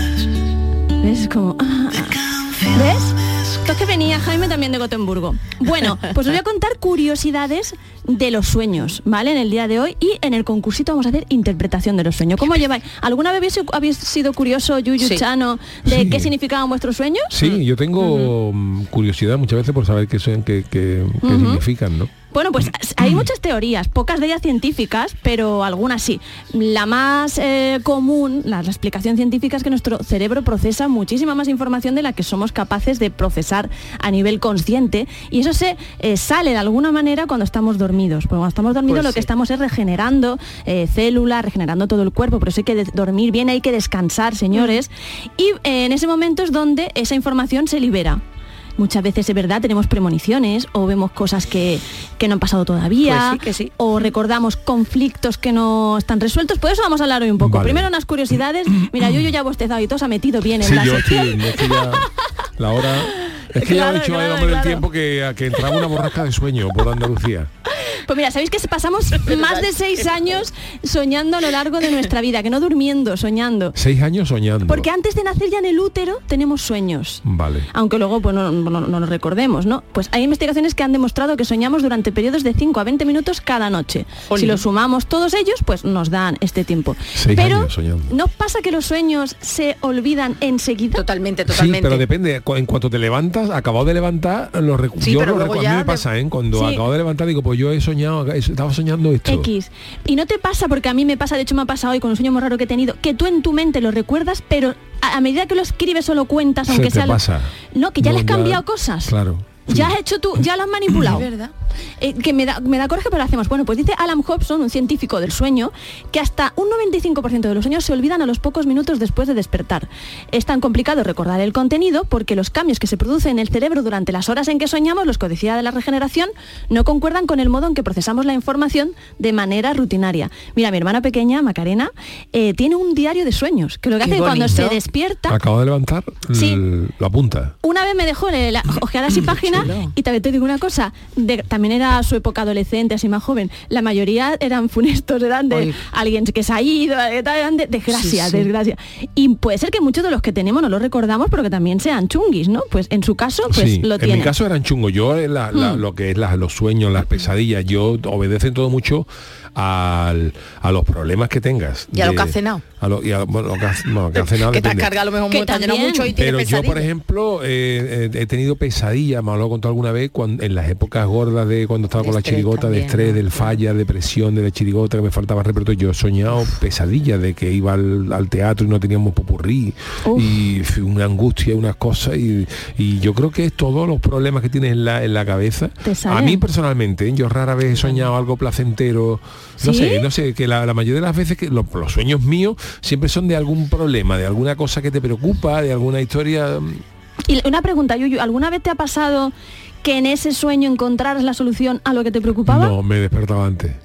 ¿Ves? Como... Ah, ¿ves? Esto es que venía Jaime también de Gotemburgo. Bueno, pues os voy a contar curiosidades de los sueños, ¿vale? En el día de hoy, y en el concursito vamos a hacer interpretación de los sueños. ¿Cómo lleváis? ¿Alguna vez habéis, habéis sido curioso, Yuyu, sí. Chano, de sí. qué significaban vuestros sueños? Sí, yo tengo uh-huh. curiosidad muchas veces por saber qué, son, qué, qué, qué uh-huh. significan, ¿no? Bueno, pues hay muchas teorías, pocas de ellas científicas, pero algunas sí. La más eh, común, la, la explicación científica, es que nuestro cerebro procesa muchísima más información de la que somos capaces de procesar a nivel consciente, y eso se eh, sale de alguna manera cuando estamos dormidos. Porque cuando estamos dormidos pues lo sí. que estamos es regenerando eh, células, regenerando todo el cuerpo, por eso hay que de- dormir bien, hay que descansar, señores, mm. y eh, en ese momento es donde esa información se libera. Muchas veces, es verdad, tenemos premoniciones o vemos cosas que, que no han pasado todavía, pues sí, que sí. o recordamos conflictos que no están resueltos. Por eso vamos a hablar hoy un poco. Vale. Primero unas curiosidades. Mira, yo, yo ya he bostezado y todo se ha metido bien en sí, la yo sección. Sí, es que ya la hora... Es que claro, ya he dicho claro, al hombre claro. del tiempo que, que entraba una borrasca de sueño por Andalucía. Pues mira, sabéis que pasamos más de seis años soñando a lo largo de nuestra vida, que no durmiendo, soñando. Seis años soñando. Porque antes de nacer ya en el útero tenemos sueños. Vale. Aunque luego pues no, no, no nos recordemos, ¿no? Pues hay investigaciones que han demostrado que soñamos durante periodos de cinco a veinte minutos cada noche. Olé. Si lo sumamos todos ellos, pues nos dan este tiempo. Seis pero años soñando. ¿no pasa que los sueños se olvidan enseguida? Totalmente, totalmente. Sí, pero depende. En cuanto te levantas, acabado de levantar, lo recu- sí, yo lo recu- a mí me pasa, ¿eh? Cuando sí. acabo de levantar digo, pues yo he soñado, estaba soñando esto. X. Y no te pasa, porque a mí me pasa, de hecho me ha pasado hoy con un sueño muy raro que he tenido, que tú en tu mente lo recuerdas, pero a, a medida que lo escribes o lo cuentas, aunque Se sea... te pasa. No, que ya no, le has cambiado ya, cosas. Claro. Ya has hecho tú, ya lo has manipulado. Es verdad. Eh, que me da, me da coraje, pero lo hacemos. Bueno, pues dice Alan Hobson, un científico del sueño, que hasta un noventa y cinco por ciento de los sueños se olvidan a los pocos minutos después de despertar. Es tan complicado recordar el contenido porque los cambios que se producen en el cerebro durante las horas en que soñamos, los que decía de la regeneración, no concuerdan con el modo en que procesamos la información de manera rutinaria. Mira, mi hermana pequeña, Macarena, eh, tiene un diario de sueños, que lo que hace cuando se despierta... Acabo de levantar, sí, l- lo apunta. Una vez me dejó la, ojear así página y también te digo una cosa, de, también era su época adolescente, así más joven, la mayoría eran funestos, eran de Oye. alguien que se ha ido, eran de desgracia, sí, sí. desgracia. Y puede ser que muchos de los que tenemos no los recordamos, pero que también sean chunguis, ¿no? Pues en su caso, pues sí, lo tiene. En mi caso eran chungos. Yo, la, la, mm. lo que es la, los sueños, las pesadillas, yo obedecen todo mucho al, a los problemas que tengas. Y a de, lo que has cenado. A lo, y a, bueno, lo que has, no, que has cenado. Que te has cargado a lo mejor muy, te has llenado mucho y tienes Pero pesadilla. yo, por ejemplo, eh, eh, he tenido pesadillas, me lo he contado alguna vez, cuando, en las épocas gordas de cuando estaba de con la chirigota, también, de estrés, ¿no? Del falla, depresión de la chirigota, que me faltaba repertorio. Yo he soñado pesadillas de que iba al, al teatro y no teníamos popurrí. Uf. Y una angustia, unas cosas. Y, y yo creo que es todos los problemas que tienes en la, en la cabeza. A mí personalmente, yo rara vez he soñado algo placentero. No ¿Sí? sé, no sé, que la, la mayoría de las veces que los, los sueños míos siempre son de algún problema, de alguna cosa que te preocupa, de alguna historia. Y una pregunta, Yuyu, ¿alguna vez te ha pasado que en ese sueño encontraras la solución a lo que te preocupaba? No, me despertaba antes.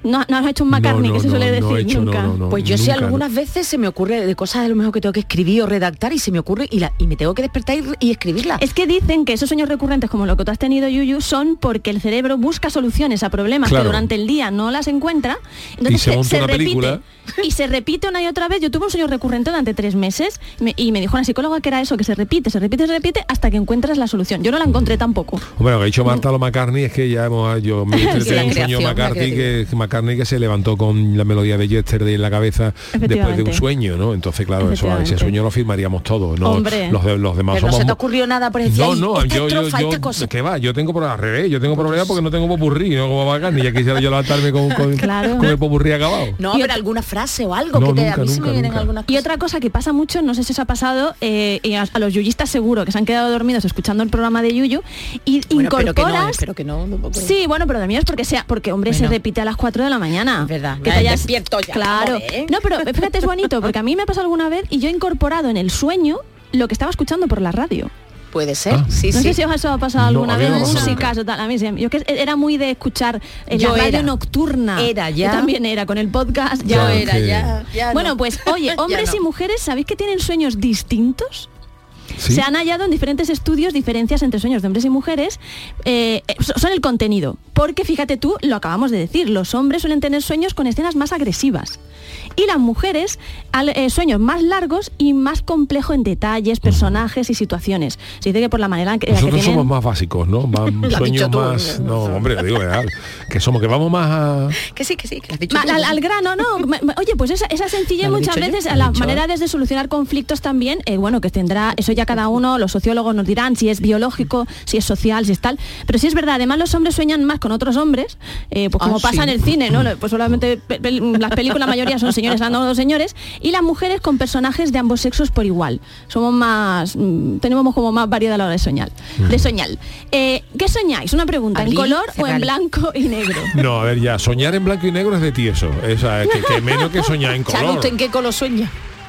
No, no has hecho un McCartney, No, no, que se no, suele no he decir hecho, nunca. no, no, no. Pues yo sí nunca, algunas veces se me ocurre de cosas a lo mejor que tengo que escribir o redactar y se me ocurre y, la, y me tengo que despertar y, y escribirla. Es que dicen que esos sueños recurrentes como lo que tú has tenido, Yuyu, son porque el cerebro busca soluciones a problemas Claro. que durante el día no las encuentra. Entonces Y se monta una repite. película. Y se repite una y otra vez. Yo tuve un sueño recurrente durante tres meses me- y me dijo una psicóloga que era eso, que se repite, se repite, se repite hasta que encuentras la solución. Yo no la encontré tampoco. Hombre, lo que ha dicho Marta lo McCartney es que ya hemos, yo me Sí, tengo la un sueño creación, la McCartney que, creación. McCartney que se levantó con la melodía de Yesterday en la cabeza después de un Efectivamente. sueño, ¿no? Entonces, claro, eso, ese Efectivamente. sueño lo firmaríamos todos, ¿no? Hombre. Los, de- los demás Pero no somos se te mo- ocurrió nada por decir, No, "Ay, no, esta yo, yo, estrofa, yo, esta cosa". ¿qué va? Yo tengo por al revés, yo tengo problemas porque no tengo popurrí, no como McCartney, ya quisiera yo levantarme con, con, Claro. con el popurrí acabado. No, pero alguna frase o algo No, que te, nunca, a mí se nunca, me vienen nunca. algunas Y otra cosa que pasa mucho, no sé si os ha pasado, eh, y a, a los yuyistas seguro, que se han quedado dormidos escuchando el programa de Yuyu, y Bueno, pero que no, incorporas... pero que no, no puedo creer. Sí, bueno, pero de mí es porque sea, porque hombre, Bueno. se repite a las cuatro de la mañana. Es verdad, Que ya te hayas- despierto ya, Claro. vamos, ¿eh? No, pero fíjate, es bonito, porque a mí me ha pasado alguna vez y yo he incorporado en el sueño lo que estaba escuchando por la radio. Puede ser, Ah. sí, no sí. sé si os ha pasado No, alguna a mí vez, no me ha pasado músicas o tal. A mí sí. Yo que era muy de escuchar en Yo la radio era. nocturna. Era ya. Yo también era, con el podcast. Yo Ya era, que- ya, ya Bueno, no. pues oye, Ya hombres no. y mujeres, ¿sabéis que tienen sueños distintos? ¿Sí? Se han hallado en diferentes estudios diferencias entre sueños de hombres y mujeres. eh, so- son el contenido. Porque fíjate tú, lo acabamos de decir, los hombres suelen tener sueños con escenas más agresivas. Y las mujeres, al- eh, sueños más largos y más complejos en detalles, personajes y situaciones. Se dice que por la manera en que, en la que Nosotros tienen... somos más básicos, ¿no? Más, Lo has sueños dicho tú. más... No, hombre, lo digo real. Que somos, que vamos más a... Que sí, que sí, que lo has dicho Ma- tú. al, al grano, no. Ma- ma- Oye, pues esa, esa sencillez Ya lo he muchas dicho yo, veces, ya a lo he las dicho, maneras de solucionar conflictos también, eh, bueno, que tendrá, eso ya cada uno, los sociólogos nos dirán si es biológico, si es social, si es tal. Pero sí es verdad, además los hombres sueñan más con otros hombres, eh, pues como Ah, pasa sí. en el cine, ¿no? Pues solamente pe- pe- las películas, la mayoría son señores hablando de señores, y las mujeres con personajes de ambos sexos por igual. Somos más, mm, tenemos como más variedad a la hora de soñar. De soñar. Eh, ¿Qué soñáis? Una pregunta, ¿en Abrir, color o cerrar. en blanco y negro? No, a ver, ya, soñar en blanco y negro es de tieso. Esa, que, que menos que soñar en Chano, color. ¿usted en qué color sueña?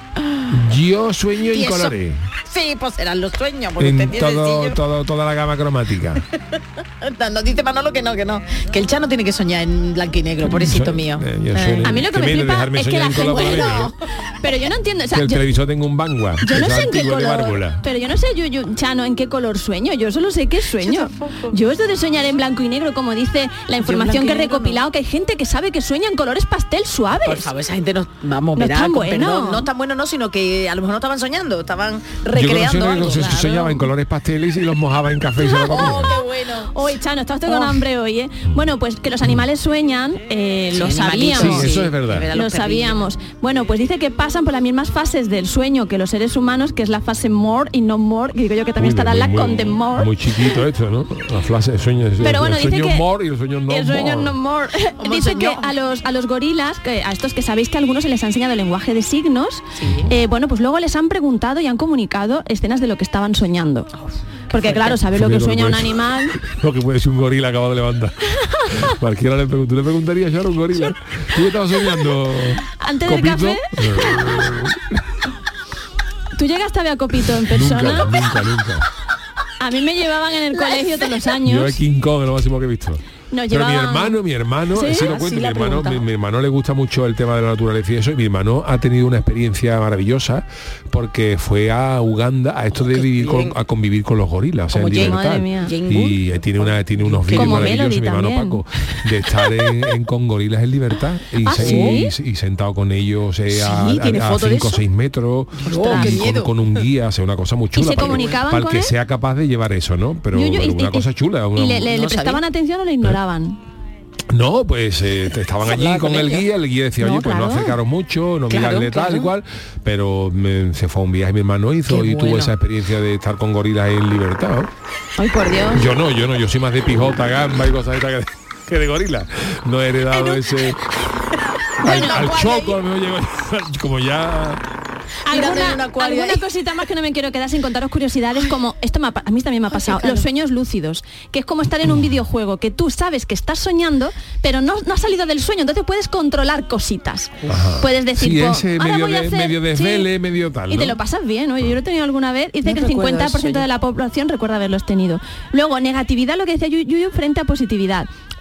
Yo sueño en Tieso. colores. Sí, pues serán los sueños, porque En usted tiene todo, sencillo. todo, toda la gama cromática. Nos dice Manolo que no, que no. Que el Chano tiene que soñar en blanco y negro, pobrecito Soy- mío. eh, yo Eh. soy- A mí lo que que me viene flipa dejarme es que soñar la en color gente... colorado. Pero yo no entiendo, o sea, Que el yo, televisor tenga un Vanguard. yo no esa sé en qué antigua de color, válvula. pero yo no sé, yo, yo, Chano, en qué color sueño, yo solo sé qué sueño. Yo esto de soñar en blanco y negro, como dice la información blanco y que he negro recopilado, que hay gente que sabe que sueña en colores pastel suaves. Por favor, esa gente no, vamos, No verá, es tan con bueno. perdón, no tan bueno no, sino que a lo mejor no estaban soñando, estaban Yo recreando conocí algo. que se Claro. soñaba en colores pasteles y los mojaba en café y se lo comía. Oh, qué bueno. Hoy, Chano, está usted con Oh. hambre hoy, ¿eh? Bueno, pues que los animales sueñan, eh, Sí, lo animalitos, sabíamos. Sí, eso es verdad. verdad, Lo los perrillos. sabíamos. Bueno, pues dice que pasan por las mismas fases del sueño que los seres humanos, que es la fase more y no more, que digo yo que también Uy, estará muy- la muy- con the more. Muy chiquito esto, ¿no? La frase de sueño, Pero bueno, el dice sueño que more y el sueño no el sueño more. no more. Como Dice que señor. a los a los gorilas, que a estos que sabéis que a algunos se les ha enseñado el lenguaje de signos, eh, bueno, pues luego les han preguntado y han comunicado escenas de lo que estaban soñando. Porque claro, saber lo que Fíjate sueña un puede- animal. Lo que puede ser un gorila acabado de levantar. Cualquiera le pregunta. ¿Tú le preguntarías ya a un gorila? ¿Tú estabas soñando? Antes del Copito? café. ¿Tú llegaste a ver a Copito en persona? Nunca, nunca, nunca. A mí me llevaban en el colegio todos los Yo años. es King Kong, es lo máximo que he visto. Nos Pero mi llevaban- hermano, mi hermano, ¿Sí? sí lo Ah, cuento, sí, mi la hermano, pregunta. mi, mi hermano le gusta mucho el tema de la naturaleza y eso, y mi hermano ha tenido una experiencia maravillosa porque fue a Uganda a esto de vivir con, a convivir con los gorilas, o sea, Como en Jane- libertad. Madre mía. Jane Y eh, tiene una tiene unos vídeos Como maravillosos, Melody mi hermano también. Paco, de estar en, en- con gorilas en libertad y, ¿Ah, se- sí? y- y sentado con ellos eh, Sí, a ¿tiene foto de cinco o eso? seis metros Oh, qué y con, miedo. con un guía, o sea, una cosa muy chula se para, que- comunicaban para el con que él? sea capaz de llevar eso, ¿no? Pero, Yo- yo- pero y- una y- cosa chula. Una, ¿Y le, le- No le prestaban sabía. atención o le ignoraban? No, pues eh, estaban allí Hablaba con con el ellos. guía, el guía decía, No, oye, pues no claro. acercaros mucho, no Claro, mirarle tal claro. y cual, pero me- se fue a un viaje mi hermano hizo Qué y bueno. tuvo esa experiencia de estar con gorilas en libertad. ¿no? Ay, por Dios. Yo no, yo no, yo soy más de pijota, gamba y cosas estas que, que de gorila. No he heredado ese... Al, al choco, no llego como ya... Tirando en un ¿Alguna, acuario alguna ahí. cosita más que no me quiero quedar sin contaros curiosidades, como esto me ha pa- a mí también me ha pasado, claro. los sueños lúcidos, que es como estar en un videojuego, que tú sabes que estás soñando, pero no, no has salido del sueño, entonces puedes controlar cositas. Ajá. Puedes decir, Sí, pues, ese ahora medio voy a de- hacer- medio desvele, sí, medio tal, y te ¿no? lo pasas bien, ¿no? Yo lo he tenido alguna vez y dice No que el recuerdo cincuenta por ciento eso yo. de la población recuerda haberlos tenido. Luego, negatividad, lo que decía Yu- Yuyu, frente a positividad.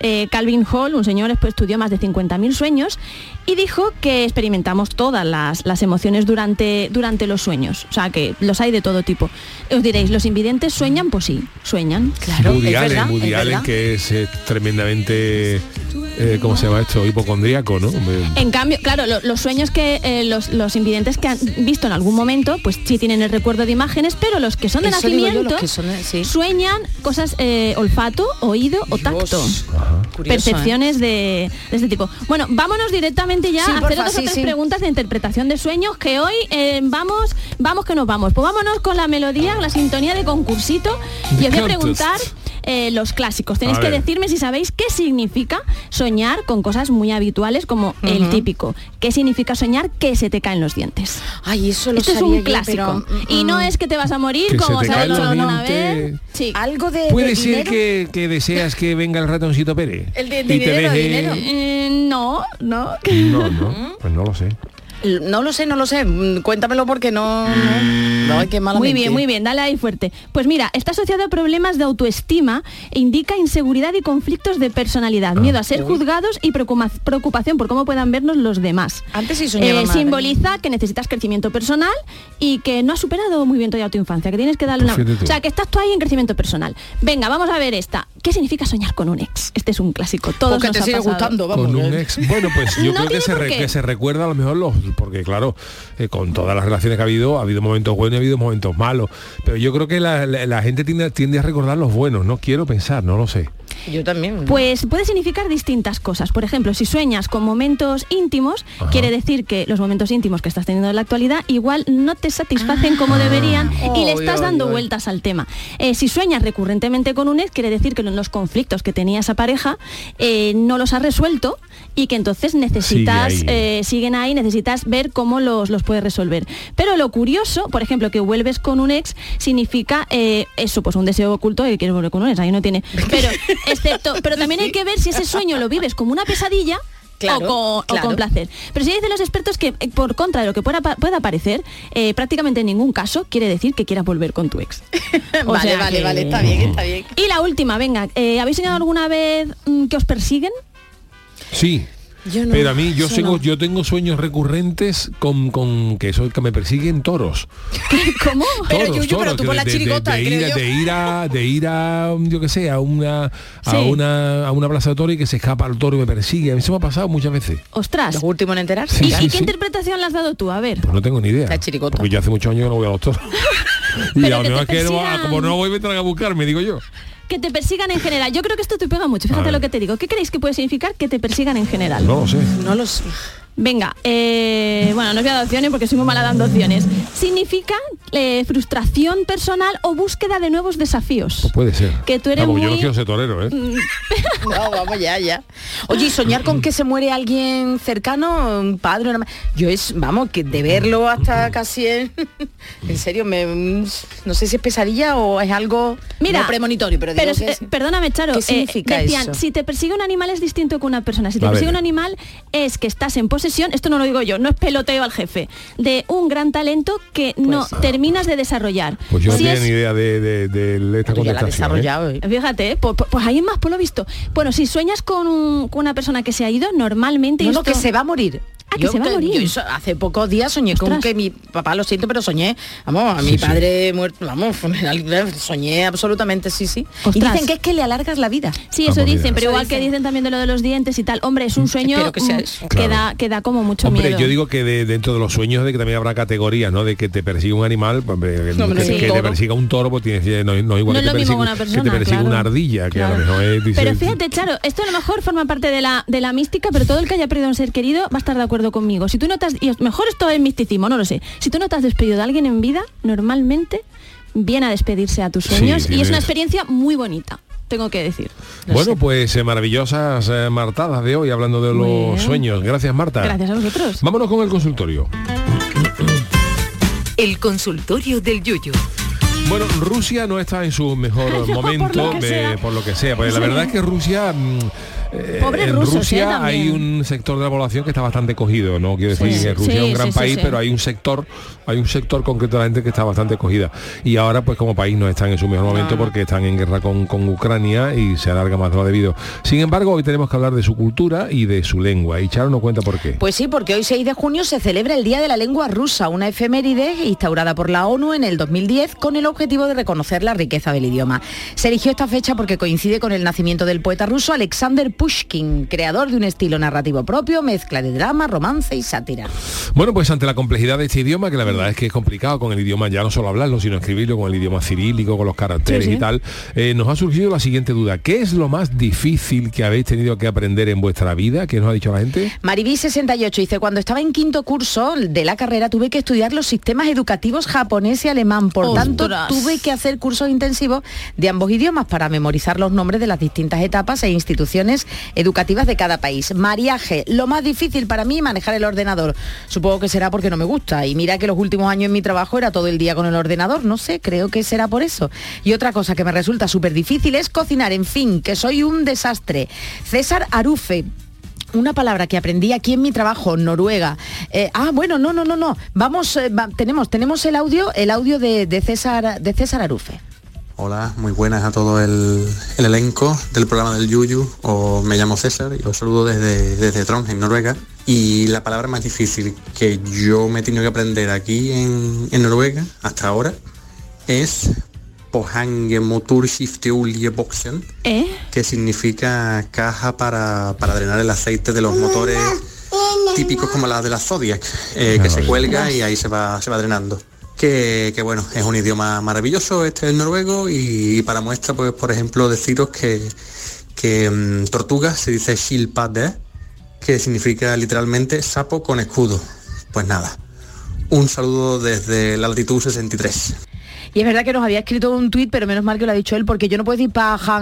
Eh, Calvin Hall, un señor, pues, estudió más de cincuenta mil sueños y dijo que experimentamos todas las, las emociones durante, durante los sueños. O sea, que los hay de todo tipo. Os diréis, ¿los invidentes sueñan? Pues sí, sueñan. Claro, Woody es Allen, verdad, Woody es Allen, verdad. que es eh, tremendamente, eh, ¿cómo se llama esto? Hipocondríaco, ¿no? En cambio, claro, lo, los sueños que eh, los, los invidentes que han visto en algún momento, pues sí tienen el recuerdo de imágenes, pero los que son de Eso digo yo, nacimiento los que son, sí. sueñan cosas eh, olfato, oído o tacto. Curioso, Percepciones de, de este tipo. Bueno, vámonos directamente ya Sí, a hacer porfa, dos o sí, tres sí. preguntas de interpretación de sueños, que hoy eh, vamos, vamos que nos vamos. Pues vámonos con la melodía, la sintonía de concursito, y os voy a preguntar eh, los clásicos. Tenéis A que ver. decirme si sabéis qué significa soñar con cosas muy habituales como el Ujú. típico. ¿Qué significa soñar que se te caen los dientes? Ay, eso lo Esto es sabía un yo, clásico. pero, mm, y no es que te vas a morir, Que se como te se ha caen hecho los alguna dientes. vez. Sí. Algo de, ¿Puede de ser dinero. que, que deseas que venga el ratoncito Pérez? El de- Y de te dinero, deje- dinero. Eh, no, no. No, no, pues no lo sé. No lo sé, no lo sé. Mm, Cuéntamelo porque no... No, no qué malamente. Muy bien, muy bien, dale ahí fuerte. Pues mira, está asociado a problemas de autoestima e indica inseguridad y conflictos de personalidad, miedo a ser Uy. juzgados y preocupa- preocupación por cómo puedan vernos los demás. Antes sí soñaba Eh, mal, ¿eh? simboliza que necesitas crecimiento personal y que no has superado muy bien todavía tu infancia, que tienes que darle una... Pues fíjate tú. O sea, que estás tú ahí en crecimiento personal. Venga, vamos a ver esta. ¿Qué significa soñar con un ex? Este es un clásico. Todos Porque nos te ha sigue pasado. gustando, vamos. Con un eh. ex. Bueno, pues yo No creo que tiene se, por re- qué. que se recuerda a lo mejor los, porque claro, eh, con todas las relaciones que ha habido, ha habido momentos buenos y ha habido momentos malos. Pero yo creo que la, la- la gente tiende, tiende a recordar los buenos, no quiero pensar, no lo sé. Yo también. Pues puede significar distintas cosas. Por ejemplo, si sueñas con momentos íntimos, Ajá. quiere decir que los momentos íntimos que estás teniendo en la actualidad igual no te satisfacen como deberían y le Ay, estás ay, dando ay. vueltas al tema. Eh, si sueñas recurrentemente con un ex, quiere decir que los conflictos que tenía esa pareja eh, no los has resuelto y que entonces necesitas, Sigue ahí. eh, siguen ahí, necesitas ver cómo los, los puedes resolver. Pero lo curioso, por ejemplo, que vuelves con un ex significa eh, eso, pues un deseo oculto de que quieres volver con un ex, ahí no tiene. Pero excepto, pero también hay que ver si ese sueño lo vives como una pesadilla. Claro, o, con, claro. o con placer. Pero si dicen los expertos que eh, por contra de lo que pueda, pa- pueda parecer, eh, prácticamente en ningún caso quiere decir que quieras volver con tu ex. O Vale, sea vale, que- vale, está bien, está bien. Y la última, venga, eh, ¿habéis soñado alguna vez mm, que os persiguen? Sí. Yo no, Pero a mí yo eso tengo, no. yo tengo sueños recurrentes con, con que eso que me persiguen toros. ¿Cómo? Pero, Toros, Yuyu, pero toros, tú por de- la de- de- chirigota, de, creo ir, a- yo. de ir a de ir a yo que sé a una a Sí. una a una plaza de toro y que se escapa el toro y me persigue. A mí eso me ha pasado muchas veces. Ostras. Los últimos en enterarse. Sí, ¿Y, ya. y sí, qué sí. interpretación le has dado tú? A ver. Pues no tengo ni idea. La chirigota. Porque yo hace muchos años que no voy a los toros. y Pero a lo que mejor te es que no- persigan. como no voy me traen a buscar, me digo yo. Que te persigan en general. Yo creo que esto te pega mucho. A Fíjate ver. lo que te digo. ¿Qué creéis que puede significar que te persigan en general? No lo sé. No lo sé. Venga, eh, bueno, no os voy a dar opciones porque soy muy mala dando opciones. Significa eh, frustración personal o búsqueda de nuevos desafíos. Pues puede ser. Que tú eres Vamos, yo muy- no quiero ser torero, ¿eh? No, vamos ya, ya. Oye, ¿y soñar con que se muere alguien cercano, un padre, una ma- yo es, vamos, que de verlo hasta casi en, en serio, me, no sé si es pesadilla o es algo Mira, no premonitorio, pero, digo pero que eh, es- perdóname, Charo. ¿Qué eh, significa decían, eso? si te persigue un animal es distinto que una persona. Si te A persigue ver. un animal es que estás en posesión, esto no lo digo yo, no es peloteo al jefe, de un gran talento que no terminas de desarrollar. Pues yo no Si tenía es- ni idea de, de, de esta Tú ya la has contestación. ¿eh? desarrollado, ¿eh? Fíjate, pues, pues hay más por lo visto. Bueno, si sueñas con, un- con una persona que se ha ido, normalmente... No, no, esto- que se va a morir. Ah, que se va a te- morir. yo eso- hace pocos días soñé con Ostras. que mi papá, lo siento, pero soñé, vamos, a mi Sí, sí. padre muerto, vamos, funeral, soñé absolutamente, sí, sí. Y Ostras. dicen que es que le alargas la vida. Sí, Ah, eso pues mira. dicen, pero Eso igual que dicen. dicen también de lo de los dientes y tal. Hombre, es un sueño Espero que sea mm, eso. que, Claro. da, que da como mucho Hombre, miedo. yo digo que de- dentro de los sueños de que también habrá categorías, ¿no? De que te persigue un animal, pues, hombre, No, que, sí. que te Toro. persiga un toro, pues tienes no, no igual No que es te lo mismo persigue, que una que persona, te persigue claro. una ardilla, que Claro. a lo mejor es, dice- Pero fíjate, Charo, esto a lo mejor forma parte de la, de la mística, pero todo el que haya perdido a un ser querido va a estar de acuerdo conmigo. Si tú notas, y mejor esto es misticismo, no lo sé. Si tú no te has despedido de alguien en vida, normalmente viene a despedirse a tus Sí, sueños y tienes- es una experiencia muy bonita, tengo que decir. No Bueno, sé. pues eh, maravillosas eh, martadas de hoy hablando de Muy los bien. sueños. Gracias, Marta. Gracias a vosotros. Vámonos con el consultorio. El consultorio del Yuyu. Bueno, Rusia no está en su mejor No, momento, por lo que eh, sea. por lo que sea. Porque la Sí. verdad es que Rusia mm, eh, Pobres en rusos, Rusia ¿eh? También. hay un sector de la población que está bastante cogido, no quiero decir Sí, que Rusia sí, es un gran sí, sí, país, sí. pero hay un sector, hay un sector concreto de la gente que está bastante cogida. Y ahora pues como país no están en su mejor momento porque están en guerra con, con Ucrania y se alarga más de lo debido. Sin embargo, hoy tenemos que hablar de su cultura y de su lengua. Y Charo nos cuenta por qué. Pues sí, porque hoy seis de junio se celebra el Día de la Lengua Rusa, una efeméride instaurada por la ONU en el dos mil diez con el objetivo de reconocer la riqueza del idioma. Se eligió esta fecha porque coincide con el nacimiento del poeta ruso Alexander Pushkin, creador de un estilo narrativo propio, mezcla de drama, romance y sátira. Bueno, pues ante la complejidad de este idioma, que la verdad es que es complicado con el idioma, ya no solo hablarlo, sino escribirlo con el idioma cirílico, con los caracteres Sí, sí. y tal, eh, nos ha surgido la siguiente duda. ¿Qué es lo más difícil que habéis tenido que aprender en vuestra vida? ¿Qué nos ha dicho la gente? Maribí sesenta y ocho dice, cuando estaba en quinto curso de la carrera tuve que estudiar los sistemas educativos japonés y alemán, por ¡Ostras! tanto tuve que hacer cursos intensivos de ambos idiomas para memorizar los nombres de las distintas etapas e instituciones educativas de cada país. Mariaje, lo más difícil para mí manejar el ordenador. Supongo que será porque no me gusta y mira que los últimos años en mi trabajo era todo el día con el ordenador, no sé, creo que será por eso. Y otra cosa que me resulta súper difícil es cocinar, en fin, que soy un desastre. César Arufe, una palabra que aprendí aquí en mi trabajo, Noruega. Eh, ah, bueno, no, no, no, no. Vamos, eh, va, tenemos, tenemos el audio, el audio de, de César, de César Arufe. Hola, muy buenas a todo el, el elenco del programa del Yuyu. O me llamo César y os saludo desde, desde Trondheim, Noruega. Y la palabra más difícil que yo me he tenido que aprender aquí en, en Noruega hasta ahora es Påhengemotorskifteuljeboksen, ¿Eh? que significa caja para, para drenar el aceite de los motores típicos como la de la Zodiac, eh, que se cuelga y ahí se va, se va drenando. Que, que bueno, es un idioma maravilloso este el noruego y para muestra, pues por ejemplo, deciros que, que um, tortuga se dice skilpadde, que significa literalmente sapo con escudo. Pues nada, un saludo desde la latitud sesenta y tres. Y es verdad que nos había escrito un tuit, pero menos mal que lo ha dicho él, porque yo no puedo decir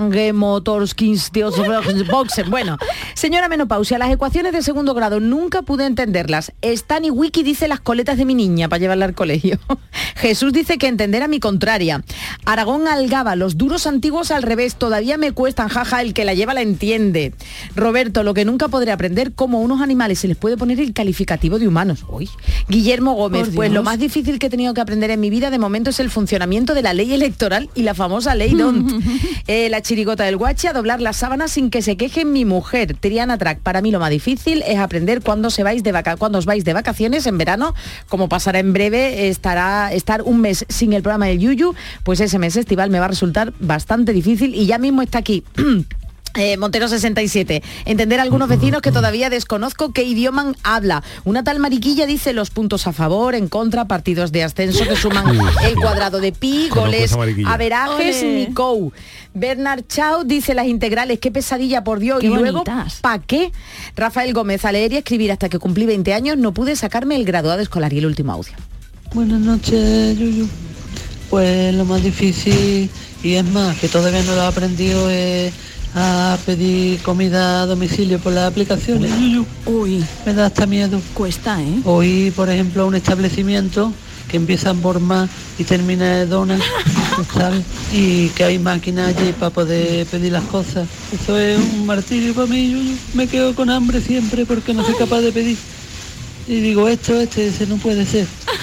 Påhengemotorskifteuljeboksen. Bueno, señora Menopausia, las ecuaciones de segundo grado nunca pude entenderlas. Stan Wiki dice las coletas de mi niña para llevarla al colegio. Jesús dice que entender a mi contraria. Aragón Algaba, los duros antiguos al revés, todavía me cuestan, jaja, el que la lleva la entiende. Roberto, lo que nunca podré aprender, cómo a unos animales se les puede poner el calificativo de humanos. Uy. Guillermo Gómez, pues lo más difícil que he tenido que aprender en mi vida de momento es el funcionamiento de la ley electoral y la famosa ley Don't. eh, la chirigota del guache, a doblar las sábanas sin que se queje mi mujer. Triana Track, para mí lo más difícil es aprender cuándo se vais de vaca cuando os vais de vacaciones en verano, como pasará en breve, estará estar un mes sin el programa del Yuyu, pues ese mes estival me va a resultar bastante difícil y ya mismo está aquí. Eh, Montero sesenta y siete, entender a algunos vecinos que todavía desconozco qué idioma habla. Una tal Mariquilla dice los puntos a favor, en contra, partidos de ascenso que suman el cuadrado de pi, goles, averajes, Nicou. Bernard Chao dice las integrales, qué pesadilla, por Dios. Qué y luego, bonitas. ¿pa' qué? Rafael Gómez, a leer y escribir hasta que cumplí veinte años no pude sacarme el graduado escolar. Y el último audio. Buenas noches, Yuyu. Pues lo más difícil, y es más, que todavía no lo he aprendido, es a pedir comida a domicilio por las aplicaciones. Yuyu. Uy, me da hasta miedo. Cuesta, ¿eh? O ir, por ejemplo, a un establecimiento que empieza por más y termina en donas, ¿sabes? Y que hay máquinas allí para poder pedir las cosas. Eso es un martirio para mí, Yuyu. Me quedo con hambre siempre porque no soy capaz de pedir. Y digo, esto, este, ese no puede ser.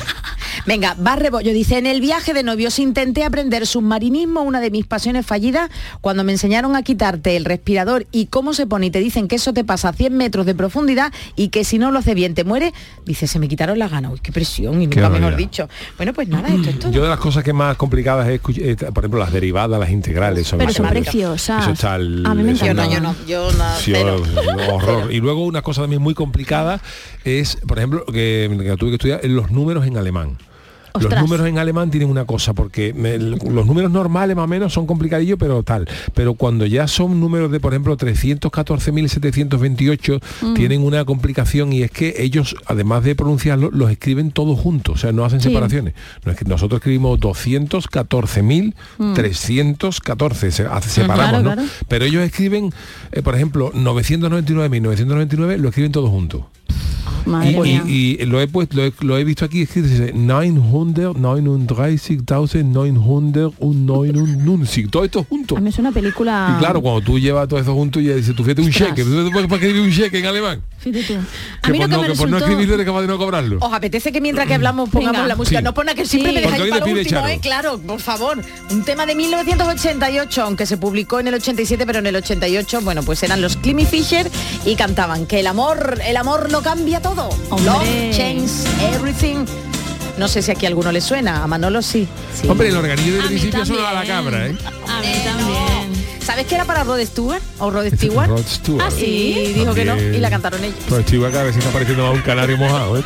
Venga, va Rebollo, dice, en el viaje de novios intenté aprender submarinismo, una de mis pasiones fallidas, cuando me enseñaron a quitarte el respirador y cómo se pone y te dicen que eso te pasa a cien metros de profundidad y que si no lo hace bien te muere, dice, se me quitaron las ganas. Uy, qué presión, y nunca mejor dicho. Bueno, pues nada, esto es todo. Yo de las cosas que más complicadas es, eh, por ejemplo, las derivadas, las integrales. Pero son preciosas. Eso está el, a mí me eso encanta. una- Yo no, yo no, Sí, cero. horror. Y luego una cosa también muy complicada es, por ejemplo, que, que tuve que estudiar los números en alemán. Los Ostras. números en alemán tienen una cosa, porque me- los números normales más o menos son complicadillos, pero tal. Pero cuando ya son números de, por ejemplo, trescientos catorce mil setecientos veintiocho, Mm. tienen una complicación y es que ellos, además de pronunciarlo, los escriben todos juntos, o sea, no hacen Sí. separaciones. No es que nosotros escribimos doscientos catorce mil trescientos catorce, se- hace- separamos, claro, ¿no? claro. Pero ellos escriben, eh, por ejemplo, novecientos noventa y nueve mil novecientos noventa y nueve, lo escriben todos juntos. Madre y, mía. y, y lo he puesto, lo he, lo he visto aquí, es que dice novecientos treinta y nueve mil todo esto junto. A mí es una película. Y claro, cuando tú llevas todo eso junto y dices, tú fíjate un Ostras. cheque, ¿tú para qué escribir un cheque en alemán? Fíjate tú. A Que mí por lo no, que me que por no resultó- escribirlo eres capaz de no cobrarlo. ¿Os apetece que mientras que hablamos pongamos Venga. la música? Sí. No pone que siempre Sí. me dejáis Porque hoy para le lo pide último, Charo. ¿eh? Claro, por favor. Un tema de mil novecientos ochenta y ocho, aunque se publicó en el ochenta y siete, pero en el ochenta y ocho, bueno, pues eran los Climmy Fisher y cantaban que el amor, el amor lo cambia todo. Hombre. Love changes everything. No sé si aquí a alguno le suena, a Manolo sí. Sí. Hombre, el organillo del A mí principio sonaba la también. cabra, ¿eh? A mí también. ¿Sabes que era para Rod Stewart o Rod Stewart? Rod Stewart. Ah, sí. Y dijo que no, También. y la cantaron ellos. Pues Stewart cada vez se está pareciendo más a un canario mojado, ¿eh?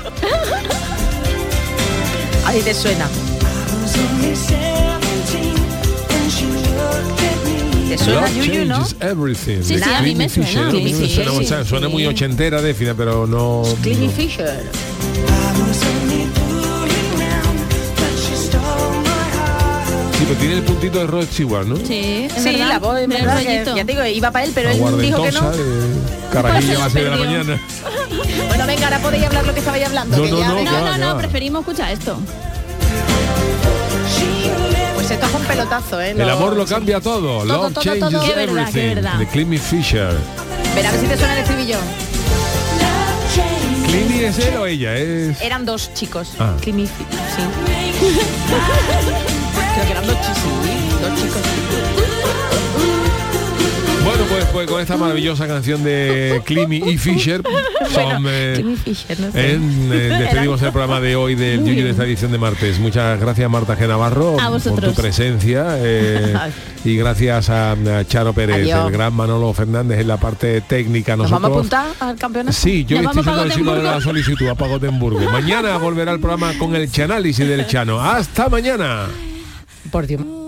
Ahí te suena. ¿Te suena, Love Yuyu, no? changes everything. Sí, de sí, a mí me Climmy Fisher. suena, A mí sí, me sí, suena, sí, o sea, suena sí. muy ochentera, Défina, pero no... Climmy no. Fisher. Sí, pero tiene el puntito de Rod Stewart, ¿no? Sí, es Sí, verdad. la voz, es Mira el verdad que, rollito. ya te digo, iba para él, pero él dijo que no. Aguardentosa, de carajilla a las seis de la perdió. mañana. Bueno, venga, ahora podéis hablar lo que estabais hablando. No, que no, ya, no, venga. No, que va, no, que no, va. preferimos escuchar esto. Pues esto es un pelotazo, ¿eh? El Lo- amor lo cambia todo. Love todo, changes todo. Qué verdad, qué everything. verdad. De Climmy Fisher. Verá a ver si te suena el estribillo. ¿Climmy es él o ella? Es... Eran dos chicos. Ah. Climmy Fi- sí. Creo que eran dos chicos. Sí, dos chicos. Bueno, pues, pues con esta maravillosa canción de Climmy y Fisher son, eh, Climmy Fisher, no sé. en, eh, despedimos el programa de hoy del Yuyu de esta edición de martes. Muchas gracias, Marta G. Navarro, A por vosotros. tu presencia eh, y gracias a, a Charo Pérez, Adiós. el gran Manolo Fernández en la parte técnica. ¿Nos Nosotros, vamos a apuntar al campeonato? Sí, yo Nos estoy vamos a haciendo encima de la Gotemburgo. solicitud a Gotemburgo. Mañana volverá el programa con el Chanálisis del Chano. Hasta mañana. Por Dios.